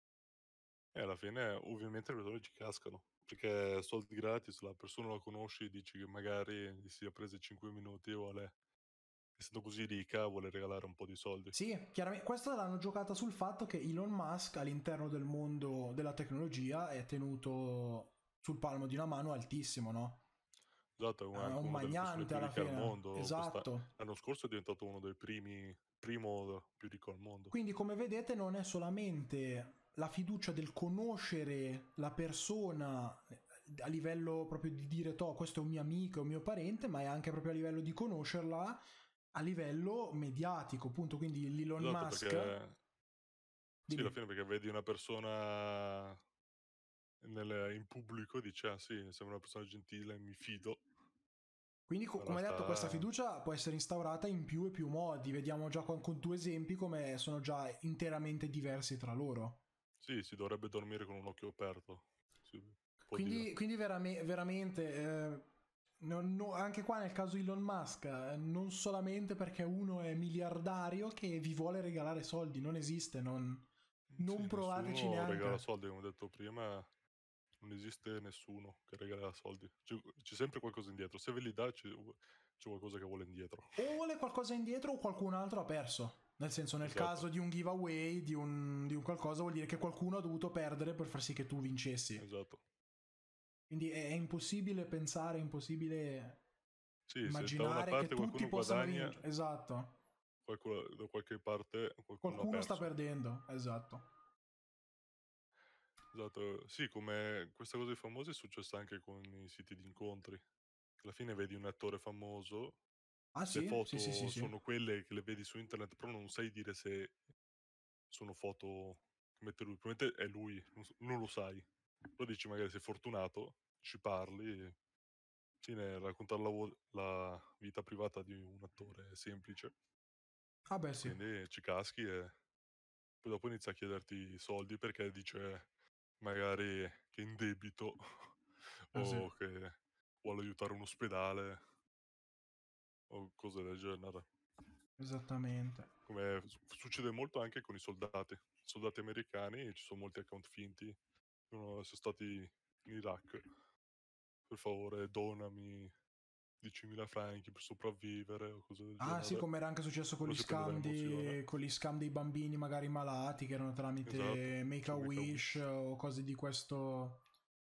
E alla fine ovviamente i creatori ci cascano. Perché soldi gratis, la persona la conosci, dici che magari gli sia prese 5 minuti e vuole, essendo così ricca, vuole regalare un po' di soldi. Sì, chiaramente. Questa l'hanno giocata sul fatto che Elon Musk all'interno del mondo della tecnologia è tenuto sul palmo di una mano altissimo, no? Esatto, è È anche un una delle persone magnante più alla ricche al fine. mondo. Esatto. L'anno scorso è diventato uno dei primo più ricco al mondo. Quindi, come vedete, non è solamente la fiducia del conoscere la persona a livello proprio di dire, toh, questo è un mio amico, è un mio parente, ma è anche proprio a livello di conoscerla a livello mediatico, appunto. Quindi l'Elon Esatto, Musk, perché sì, alla dimmi. fine perché vedi una persona in pubblico e dici, ah sì, sembra una persona gentile, mi fido. Quindi, Ma in come detto, questa realtà fiducia può essere instaurata in più e più modi. Vediamo già con due esempi come sono già interamente diversi tra loro. sì, si dovrebbe dormire con un occhio aperto, si può dire. Quindi veramente, anche qua nel caso Elon Musk, non solamente perché uno è miliardario che vi vuole regalare soldi, non esiste, non Sì, provateci nessuno regala neanche. soldi, come ho detto prima, non esiste nessuno che regala soldi. C'è sempre qualcosa indietro. Se ve li dà, c'è qualcosa che vuole indietro. O vuole qualcosa indietro o qualcun altro ha perso. Nel senso, nel Esatto, caso di un giveaway, di un qualcosa, vuol dire che qualcuno ha dovuto perdere per far sì che tu vincessi. esatto. Quindi è impossibile pensare, è impossibile Sì, se da una immaginare che parte tutti qualcuno possano guadagna, vincere. Esatto. da qualche parte qualcuno ha Qualcuno sta perso. perdendo, esatto. Esatto, sì, come questa cosa di famosi è successa anche con i siti di incontri. Alla fine vedi un attore famoso, Ah le sì? Sì, sì, sì, foto sì. sono quelle che le vedi su internet, però non sai dire se sono foto che mette lui. Probabilmente è lui, non lo sai. Però dici magari sei fortunato, ci parli, e fine raccontare la vita privata di un attore è semplice, Ah beh sì. quindi ci caschi e poi dopo inizia a chiederti soldi perché dice magari che è in debito Ah sì. o che vuole aiutare un ospedale o cose del genere. Esattamente. Come succede molto anche con i soldati americani, ci sono molti account finti, sono stati in Iraq, per favore donami 10.000 franchi per sopravvivere o cose del Ah sì, genere. come era anche successo con Uno gli si prende dall'emozione. scam dei bambini magari malati che erano Esatto, tramite su Make-A-Wish Make-A-Wish. o cose di questo,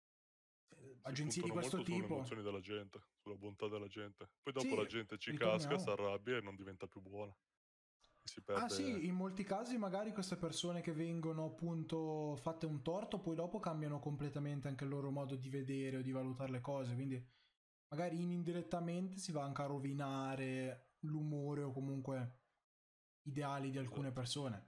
Si agenzie di puntano questo molto sulle tipo. emozioni della gente, sulla bontà della gente. Poi dopo la Sì, gente ci casca, si ritorniamo. arrabbia e non diventa più buona. E si Ah perde... sì, in molti casi magari queste persone che vengono appunto fatte un torto, poi dopo cambiano completamente anche il loro modo di vedere o di valutare le cose, quindi magari indirettamente si va anche a rovinare l'umore o comunque ideali di alcune Esatto. persone,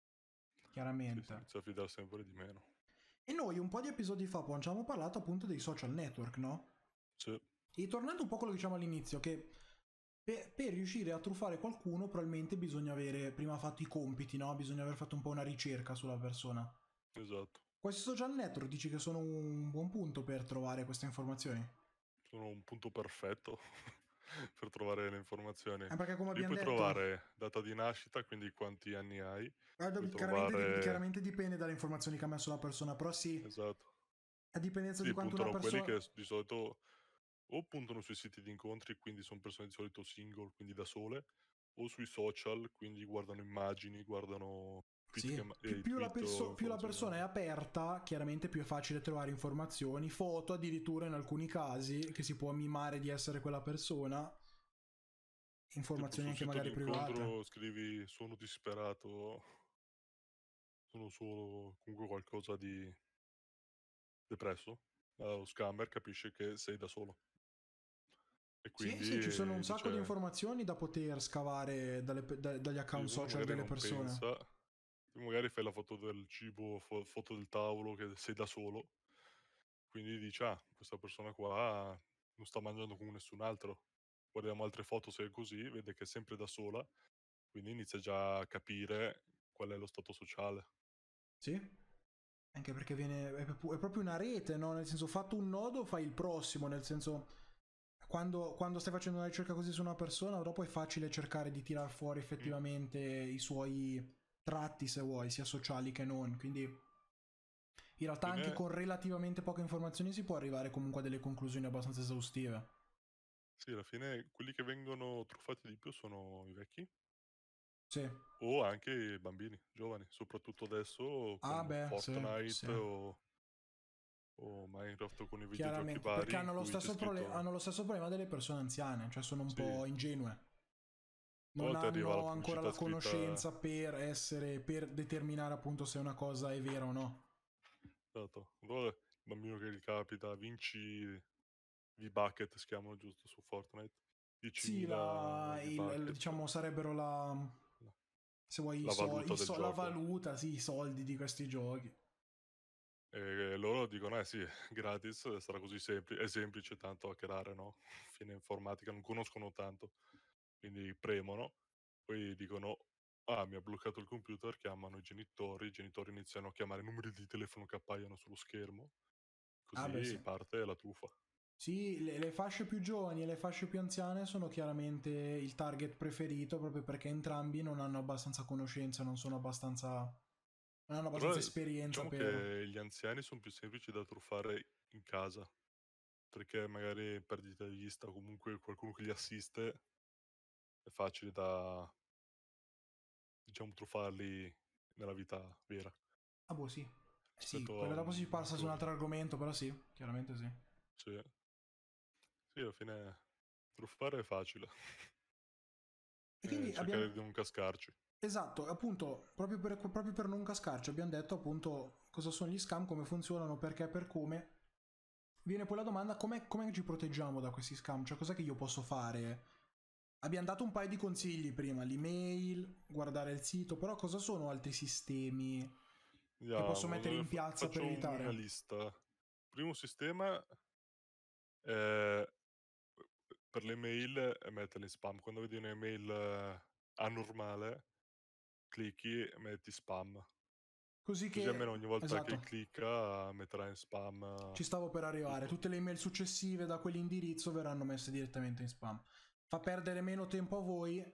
Sì, si chiaramente. inizia a fidare sempre di meno. E noi un po' di episodi fa poi abbiamo parlato appunto dei social network, no? Sì, E tornando un po' a quello che diciamo all'inizio, che per riuscire a truffare qualcuno probabilmente bisogna avere prima fatto i compiti, no? Bisogna aver fatto un po' una ricerca sulla persona. esatto. Questi social network dici che sono un buon punto per trovare queste informazioni? Sono un punto perfetto per trovare le informazioni. Perché come Lì abbiamo puoi detto, trovare data di nascita, quindi quanti anni hai. Puoi chiaramente, trovare... chiaramente dipende dalle informazioni che ha messo la persona, però sì, Esatto. a dipendenza di Sì, quanto una puntano quelli persona... che di solito o puntano sui siti di incontri, quindi sono persone di solito single, quindi da sole, o sui social, quindi guardano immagini, guardano Sì, i tweet o più la informazioni persona è varie. aperta, chiaramente più è facile trovare informazioni, foto addirittura in alcuni casi, che si può mimare di essere quella persona, Tipo informazioni sul anche sito di magari private. incontro scrivi sono disperato, sono solo comunque qualcosa di... depresso, lo scammer capisce che sei da solo. E Sì, sì, ci sono un quindi sacco di dice, informazioni da poter scavare dagli sì, account uno social magari delle non persone. pensa, tu magari fai la foto del cibo, foto del tavolo che sei da solo, quindi dici, ah, questa persona qua non sta mangiando con nessun altro. Guardiamo altre foto se è così, vede che è sempre da sola, quindi inizia già a capire qual è lo stato sociale. Sì? Anche perché è proprio una rete, no? Nel senso, fatto un nodo, fai il prossimo. Nel senso, quando stai facendo una ricerca così su una persona, dopo è facile cercare di tirar fuori Mm. effettivamente i suoi tratti, se vuoi, sia sociali che non. Quindi, in realtà, anche Fine, con relativamente poche informazioni si può arrivare comunque a delle conclusioni abbastanza esaustive. sì, alla fine quelli che vengono truffati di più sono i vecchi Sì. o anche i bambini, giovani, soprattutto adesso Ah, con beh, sì, sì. Fortnite o Minecraft o con i videogiochi Chiaramente, perché vari in cui c'è scritto, hanno lo stesso problema delle persone anziane, cioè sono un sì, po' ingenue. a Non volte arriva la hanno ancora pubblicità la scritta, conoscenza per determinare appunto se una cosa è vera o no. esatto, allora il bambino che gli capita, vinci V-Bucket, si chiamano giusto su Fortnite, Sì, 10.000 V-Bucket, diciamo sarebbero la, se vuoi, la valuta del la gioco. valuta, sì, i soldi di questi giochi. E loro dicono, eh sì, gratis, sarà così è semplice tanto hackerare, no? Fine informatica, non conoscono tanto, quindi premono, poi dicono, ah, mi ha bloccato il computer, chiamano i genitori iniziano a chiamare numeri di telefono che appaiono sullo schermo, Ah, beh, sì. così parte la truffa. Sì, le fasce più giovani e le fasce più anziane sono chiaramente il target preferito proprio perché entrambi non hanno abbastanza conoscenza, non hanno Però abbastanza esperienza diciamo per... che gli anziani sono più semplici da truffare in casa, perché magari perdita di vista o comunque qualcuno che li assiste, è facile da, diciamo, truffarli nella vita vera. Ah, boh, sì. Eh sì, Rispetto a quello dopo si un passa su un giovane. altro argomento, però sì, chiaramente sì. Sì, sì, alla fine truffare è facile, E quindi abbiamo... cercare di non cascarci. Esatto, appunto, proprio per non cascarci, abbiamo detto appunto cosa sono gli scam, come funzionano, perché, per come. Viene poi la domanda, come ci proteggiamo da questi scam? Cioè, cos'è che io posso fare? Abbiamo dato un paio di consigli prima, l'email, guardare il sito, però cosa sono altri sistemi che posso Vediamo, mettere in piazza per faccio una evitare? lista. Primo sistema è per le mail è metterle in spam. Quando vedi un'email anormale, clicchi e metti spam. Così Così almeno che... ogni volta che Esatto, clicca metterà in spam ci stavo per arrivare. tutto. Tutte le email successive da quell'indirizzo verranno messe direttamente in spam. Fa perdere meno tempo a voi,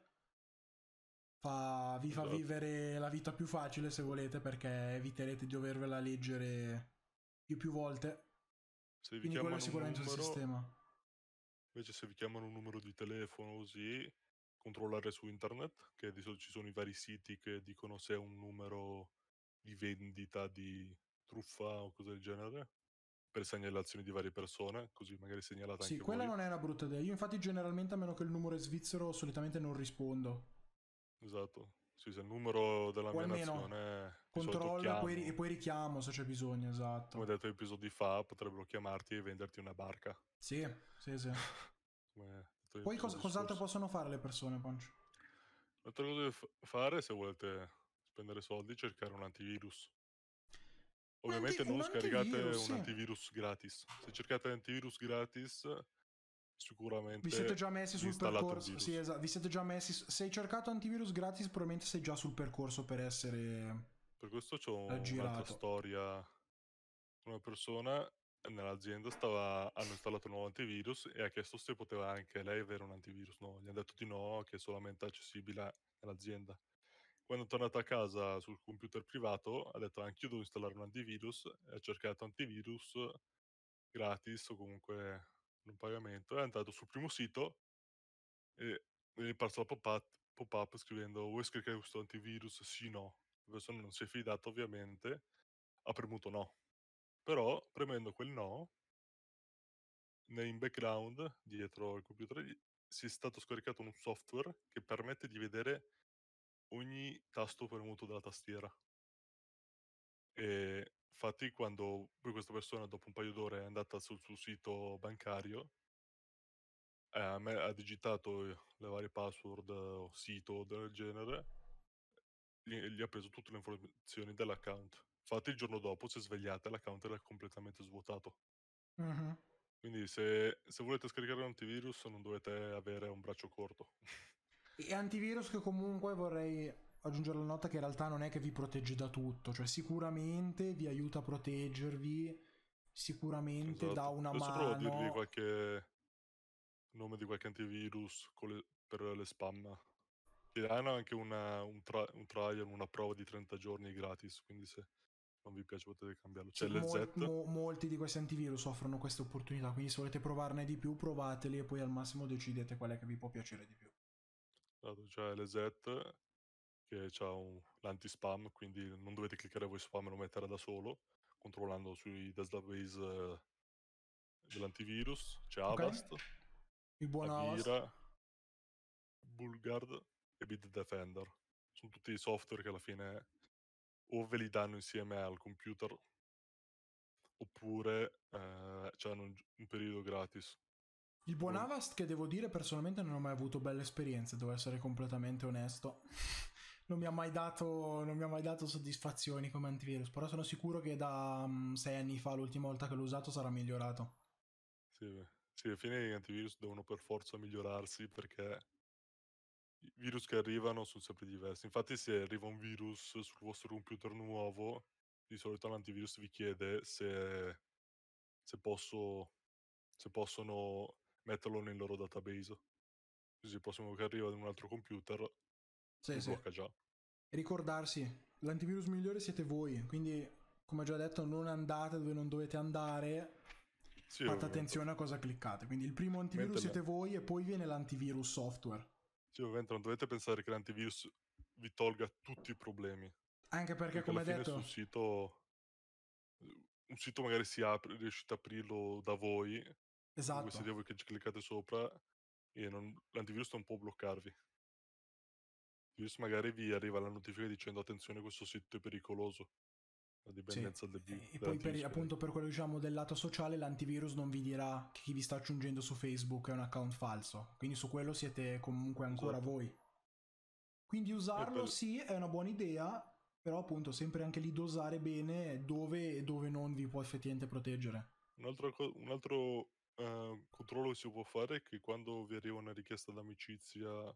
vi fa Esatto. vivere la vita più facile se volete perché eviterete di dovervela leggere più volte. Se vi Quindi quello è chiamano un sicuramente un numero, sistema. invece se vi chiamano un numero di telefono così, controllare su internet, che di solito ci sono i vari siti che dicono se è un numero di vendita di truffa o cose del genere, per segnalazioni di varie persone, così magari segnalate Sì, anche quella voi. non è una brutta idea. Io infatti generalmente a meno che il numero è svizzero solitamente non rispondo. Esatto. Sì, se il numero della O mia almeno nazione di solito controllo e chiamo, poi richiamo se c'è bisogno, come esatto. detto episodi fa, potrebbero chiamarti e venderti una barca. Sì, sì, sì. Come detto in Poi episodi cos'altro scorsi. possono fare le persone, Punch? Un'altra cosa da fare se volete spendere soldi, cercare un antivirus. Ovviamente Un non scaricate antivirus, un sì. antivirus gratis. Se cercate antivirus gratis, Vi siete sicuramente già messi vi sul installate un percorso? Sì, virus. esatto. Vi siete già messi. Se hai cercato antivirus gratis, probabilmente sei già sul percorso per essere Per questo c'ho un'altra aggirato. storia. Una persona nell'azienda hanno installato un nuovo antivirus e ha chiesto se poteva anche lei avere un antivirus nuovo. Gli hanno detto di no, che è solamente accessibile nell'azienda. Quando è tornato a casa sul computer privato, ha detto anch'io devo installare un antivirus e ha cercato antivirus gratis o comunque non pagamento. È andato sul primo sito e gli è parso la pop-up scrivendo vuoi scaricare questo antivirus? Sì, no. La persona non si è fidata ovviamente, ha premuto no. Però premendo quel no, in background, dietro il computer, si è stato scaricato un software che permette di vedere ogni tasto premuto dalla tastiera. E infatti quando poi questa persona dopo un paio d'ore è andata sul suo sito bancario, a me ha digitato le varie password o sito del genere, gli ha preso tutte le informazioni dell'account. Infatti il giorno dopo si è svegliata e l'account era completamente svuotato. Mhm. Quindi se volete scaricare un antivirus non dovete avere un braccio corto. E antivirus che comunque vorrei aggiungere la nota che in realtà non è che vi protegge da tutto, cioè sicuramente vi aiuta a proteggervi, sicuramente dà Esatto. una Adesso provo a dirvi mano. qualche nome di qualche antivirus per le spam. Che hanno anche un trial, una prova di 30 giorni gratis, quindi se non vi piace potete cambiarlo. C'è Sì, l'EZ, molti di questi antivirus offrono queste opportunità, quindi se volete provarne di più, provateli e poi al massimo decidete qual è che vi può piacere di più. esatto, c'è l'EZ che ha l'anti-spam, quindi non dovete cliccare voi spam e lo mettere da solo, controllando sui database dell'antivirus. C'è Ok? Avast, Il buon Avast. Avira, Bullguard e Bitdefender. Sono tutti software che alla fine o ve li danno insieme al computer oppure c'hanno un periodo gratis. Il buon Tipo, Avast che devo dire personalmente non ho mai avuto belle esperienze, devo essere completamente onesto. Non mi ha mai dato soddisfazioni come antivirus, però sono sicuro che da 6 anni fa, l'ultima volta che l'ho usato, sarà migliorato. sì, sì, alla fine gli antivirus devono per forza migliorarsi perché i virus che arrivano sono sempre diversi. Infatti se arriva un virus sul vostro computer nuovo, di solito l'antivirus vi chiede se posso se possono metterlo nel loro database. Così il prossimo che arriva da un altro computer Sì, vi sì. blocca già. Ricordarsi, l'antivirus migliore siete voi, quindi come ho già detto non andate dove non dovete andare, Sì, fate ovviamente. attenzione a cosa cliccate. Quindi il primo antivirus Mentre siete voi e poi viene l'antivirus software. sì, ovviamente non dovete pensare che l'antivirus vi tolga tutti i problemi, Anche perché perché alla come fine sul detto, sito un sito magari si apre, riuscite a aprirlo da voi, comunque esatto, siete voi che ci cliccate sopra e l'antivirus non può bloccarvi. L'antivirus magari vi arriva la notifica dicendo attenzione questo sito è pericoloso, a sì. dipendenza E poi dell'antivirus che hai. appunto per quello diciamo del lato sociale l'antivirus non vi dirà che chi vi sta aggiungendo su Facebook è un account falso, quindi su quello siete comunque ancora Esatto. voi. Quindi E usarlo per sì è una buona idea, però appunto sempre anche lì dosare bene dove e dove non vi può effettivamente proteggere. un altro controllo che si può fare è che quando vi arriva una richiesta d'amicizia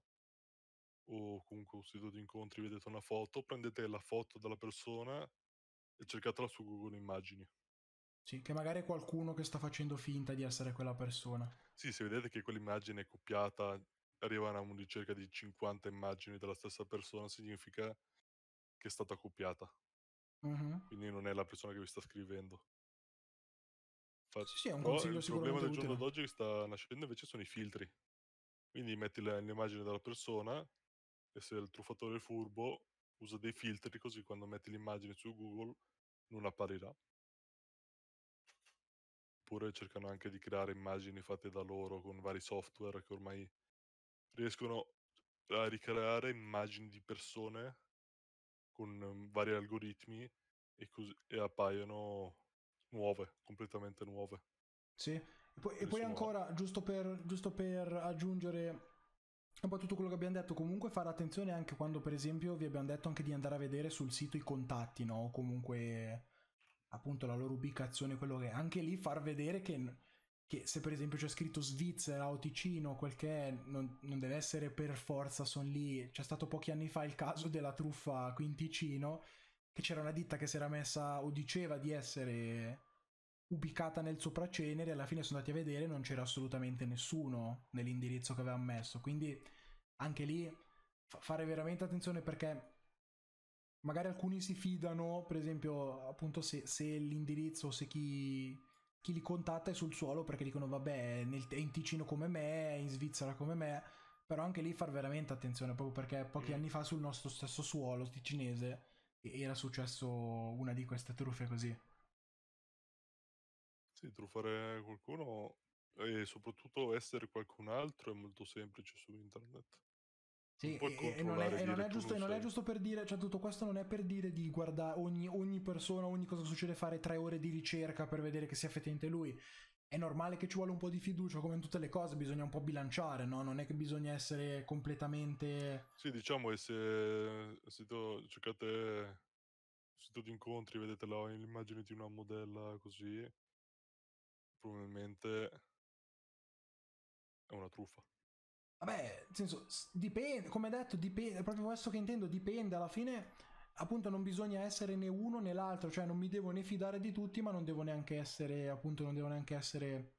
o comunque un sito di incontri, vedete una foto, prendete la foto della persona e cercatela su Google Immagini. Sì, che magari è qualcuno che sta facendo finta di essere quella persona. Sì, se vedete che quell'immagine è copiata, arrivano a una ricerca di 50 immagini della stessa persona, significa che è stata copiata, Mhm. quindi non è la persona che vi sta scrivendo. Sì, sì, è un Però consiglio il problema sicuramente del giorno utile. d'oggi che sta nascendo invece sono i filtri. Quindi metti l'immagine della persona e se il truffatore è furbo usa dei filtri così quando metti l'immagine su Google non apparirà. Oppure cercano anche di creare immagini fatte da loro con vari software che ormai riescono a ricreare immagini di persone con vari algoritmi e appaiono nuove, completamente nuove. Sì. E Quindi poi sono ancora, giusto per aggiungere un po' tutto quello che abbiamo detto, comunque fare attenzione anche quando per esempio vi abbiamo detto anche di andare a vedere sul sito i contatti, no? O comunque appunto la loro ubicazione, quello che è. Anche lì far vedere che se per esempio c'è scritto Svizzera o Ticino, quel che è, non deve essere per forza, sono lì. C'è stato pochi anni fa il caso della truffa qui in Ticino, che c'era una ditta che si era messa o diceva di essere ubicata nel sopracenere, alla fine sono andati a vedere e non c'era assolutamente nessuno nell'indirizzo che avevamo messo, quindi anche lì fare veramente attenzione perché magari alcuni si fidano, per esempio appunto se l'indirizzo, se chi li contatta è sul suolo perché dicono vabbè è in Ticino come me, è in Svizzera come me, però anche lì far veramente attenzione proprio perché pochi mm, anni fa sul nostro stesso suolo ticinese era successo una di queste truffe così. sì, truffare qualcuno e soprattutto essere qualcun altro è molto semplice su internet. non Sì, puoi e non controllare è, e dire tu giusto, non e non è sei. giusto per dire, cioè tutto questo non è per dire di guardare ogni persona, ogni cosa succede, fare 3 ore di ricerca per vedere che sia effettivamente lui. È normale che ci vuole un po' di fiducia, come in tutte le cose, bisogna un po' bilanciare, no? Non è che bisogna essere completamente... Sì, diciamo che se cercate il sito di incontri, vedete l'immagine di una modella così, probabilmente è una truffa. Vabbè, nel senso, dipende, come detto, dipende, è proprio questo che intendo, dipende, alla fine appunto non bisogna essere né uno né l'altro, cioè non mi devo né fidare di tutti, ma non devo neanche essere, appunto, non devo neanche essere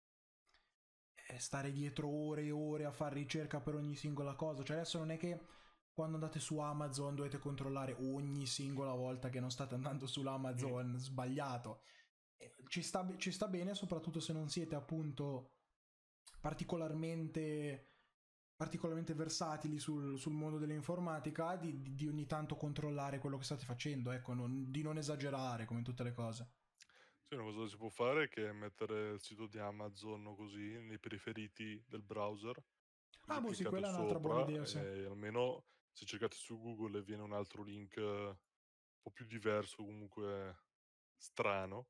stare dietro ore e ore a fare ricerca per ogni singola cosa, cioè adesso non è che quando andate su Amazon dovete controllare ogni singola volta che non state andando Mm. sull'Amazon sbagliato. Ci sta bene, soprattutto se non siete appunto particolarmente versatili sul mondo dell'informatica, di ogni tanto controllare quello che state facendo, ecco, di non esagerare come in tutte le cose. Sì, una cosa che si può fare è che mettere il sito di Amazon o così nei preferiti del browser, Ah, così boh, sì, cliccate quella è un'altra buona sopra idea, sì. e almeno se cercate su Google e viene un altro link un po' più diverso, comunque strano,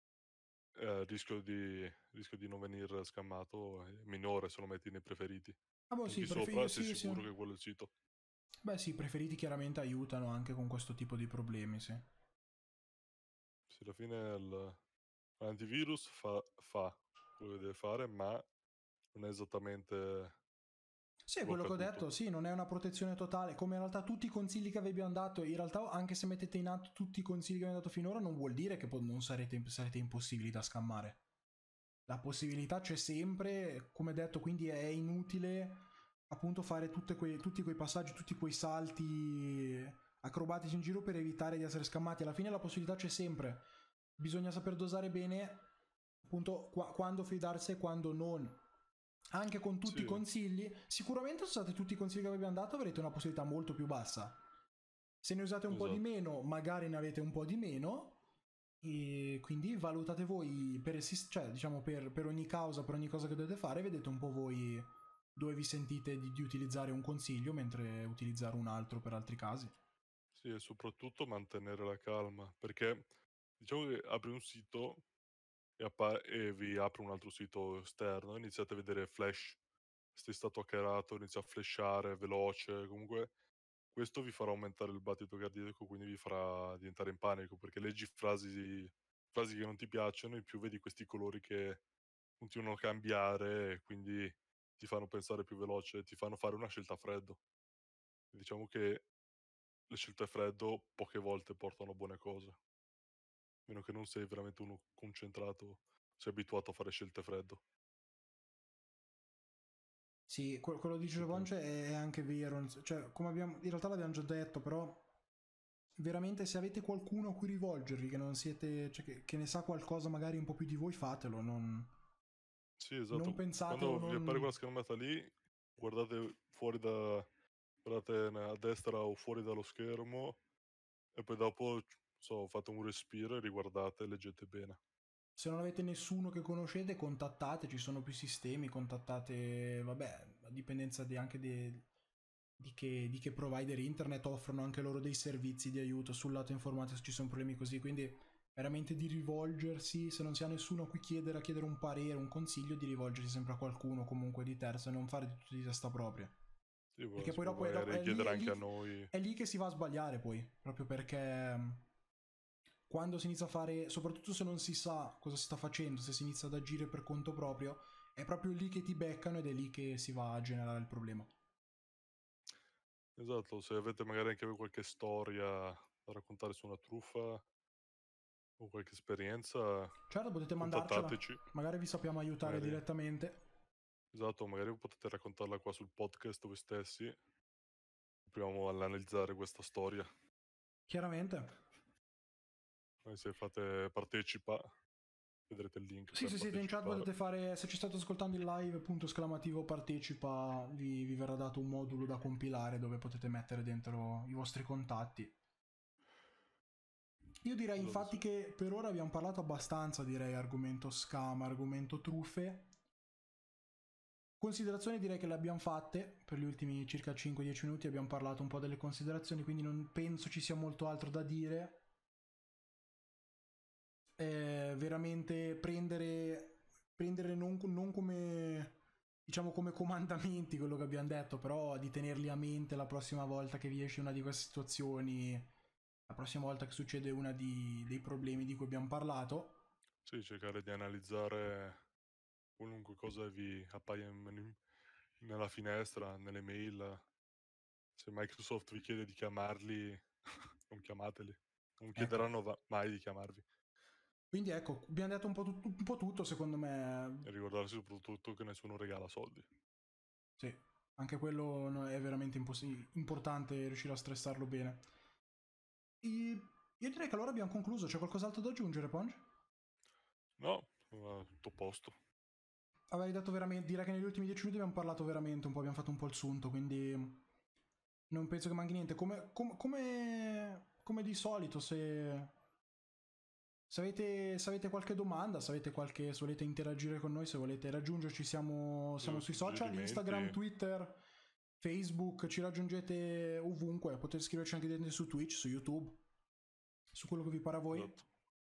rischio di non venire scammato è minore se lo metti nei preferiti. Ah, boh, sì, Clicchi sopra, sei sì, sì. sicuro che quello è il sito. Beh, sì, i preferiti chiaramente aiutano anche con questo tipo di problemi, sì. Sì, alla fine l'antivirus fa quello che deve fare, ma non è esattamente Sì, è quello blocca che ho tutto. detto, sì, non è una protezione totale, come in realtà tutti i consigli che vi abbiamo dato, in realtà anche se mettete in atto tutti i consigli che abbiamo dato finora, non vuol dire che non sarete impossibili da scammare. La possibilità c'è sempre, come detto, quindi è inutile appunto fare tutti quei passaggi, tutti quei salti acrobatici in giro per evitare di essere scammati. Alla fine la possibilità c'è sempre. Bisogna saper dosare bene appunto quando fidarsi e quando non. Anche con tutti i Sì, consigli, sicuramente se usate tutti i consigli che vi abbiamo dato avrete una possibilità molto più bassa. Se ne usate un po' di esatto. meno, magari ne avete un po' di meno, e quindi valutate voi cioè, diciamo per ogni causa, per ogni cosa che dovete fare, vedete un po' voi dove vi sentite di utilizzare un consiglio mentre utilizzare un altro per altri casi. Sì, e soprattutto mantenere la calma, perché diciamo che apri un sito e vi apre un altro sito esterno, iniziate a vedere flash, sei stato hackerato, inizia a flashare veloce, comunque questo vi farà aumentare il battito cardiaco, quindi vi farà diventare in panico, perché leggi frasi che non ti piacciono e più vedi questi colori che continuano a cambiare e quindi ti fanno pensare più veloce, ti fanno fare una scelta a freddo. Diciamo che le scelte a freddo poche volte portano a buone cose, a meno che non sei veramente uno concentrato, sei abituato a fare scelte a freddo. Sì, quello di Che Giovanni pensi? è anche vero, cioè come abbiamo, in realtà l'abbiamo già detto, però veramente se avete qualcuno a cui rivolgervi, che non siete, cioè che ne sa qualcosa magari un po' più di voi, fatelo, Sì, non esatto. pensate o Quando vi appare non... quella schermata lì, guardate fuori guardate a destra o fuori dallo schermo e poi dopo, fate un respiro e riguardate e leggete bene. Se non avete nessuno che conoscete, contattate, ci sono più sistemi, contattate, vabbè, a dipendenza anche di che provider internet offrono anche loro dei servizi di aiuto sul lato informatico se ci sono problemi così, quindi veramente di rivolgersi, se non si ha nessuno a cui chiedere, a chiedere un parere, un consiglio, di rivolgersi sempre a qualcuno comunque di terzo e non fare di tutto di testa propria. Sì, Perché si poi può dopo magari chiedere anche a noi. è lì che si va a sbagliare poi, proprio perché quando si inizia a fare, soprattutto se non si sa cosa si sta facendo, se si inizia ad agire per conto proprio, è proprio lì che ti beccano ed è lì che si va a generare il problema. Esatto, se avete magari anche voi qualche storia da raccontare su una truffa o qualche esperienza, Certo, potete mandarcela, contattateci. magari vi sappiamo aiutare Magari, direttamente. esatto, magari potete raccontarla qua sul podcast voi stessi. Proviamo ad analizzare questa storia. Chiaramente. E se fate partecipa, vedrete il link Sì, per se siete in chat partecipare. potete fare, se ci state ascoltando il live, punto esclamativo partecipa, vi verrà dato un modulo da compilare dove potete mettere dentro i vostri contatti. Io direi Esatto, infatti sì. che per ora abbiamo parlato abbastanza, direi, argomento scam, argomento truffe. Considerazioni direi che le abbiamo fatte per gli ultimi circa 5-10 minuti, abbiamo parlato un po' delle considerazioni, quindi non penso ci sia molto altro da dire. Veramente prendere non come, diciamo, come comandamenti quello che abbiamo detto, però di tenerli a mente la prossima volta che vi esce una di queste situazioni, la prossima volta che succede dei problemi di cui abbiamo parlato. Sì, cercare di analizzare qualunque cosa vi appaia nella finestra, nelle mail. Se Microsoft vi chiede di chiamarli, non chiamateli. Non Ecco. chiederanno mai di chiamarvi. Quindi ecco, abbiamo detto un po' tutto, secondo me. E ricordarsi soprattutto che nessuno regala soldi. Sì, anche quello è veramente importante riuscire a stressarlo bene. Io direi che allora abbiamo concluso. C'è qualcos'altro da aggiungere, Ponge? No, tutto a posto. Avrei detto veramente, direi che negli ultimi 10 minuti abbiamo parlato veramente un po', abbiamo fatto un po' il sunto, quindi non penso che manchi niente. Come di solito, se avete qualche domanda, se volete interagire con noi, se volete raggiungerci, siamo sui social, Instagram, Twitter, Facebook, ci raggiungete ovunque, potete scriverci anche dentro su Twitch, su YouTube, su quello che vi pare a voi. Esatto.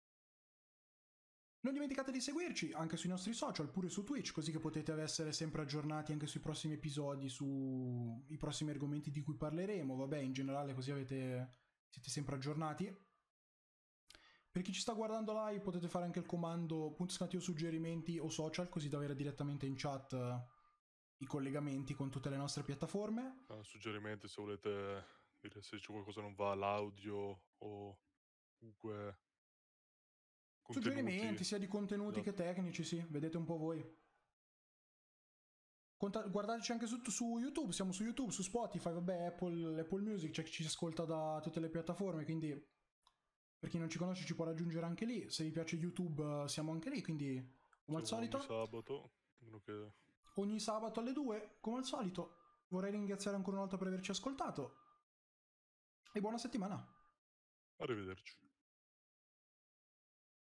Non dimenticate di seguirci anche sui nostri social, pure su Twitch, così che potete essere sempre aggiornati anche sui prossimi episodi, sui prossimi argomenti di cui parleremo. Vabbè, in generale così siete sempre aggiornati. Per chi ci sta guardando live potete fare anche il comando @ suggerimenti o social, così da avere direttamente in chat i collegamenti con tutte le nostre piattaforme. Suggerimenti se volete dire se c'è qualcosa non va, l'audio o comunque contenuti. Suggerimenti sia di contenuti che Esatto. tecnici, sì, vedete un po' voi. Guardateci anche su YouTube, siamo su YouTube, su Spotify, vabbè, Apple Music, c'è chi ci ascolta da tutte le piattaforme, quindi per chi non ci conosce ci può raggiungere anche lì. Se vi piace YouTube siamo anche lì, quindi come al Siamo ogni solito, sabato. ogni sabato alle 2, come al solito. Vorrei ringraziare ancora una volta per averci ascoltato e buona settimana. Arrivederci.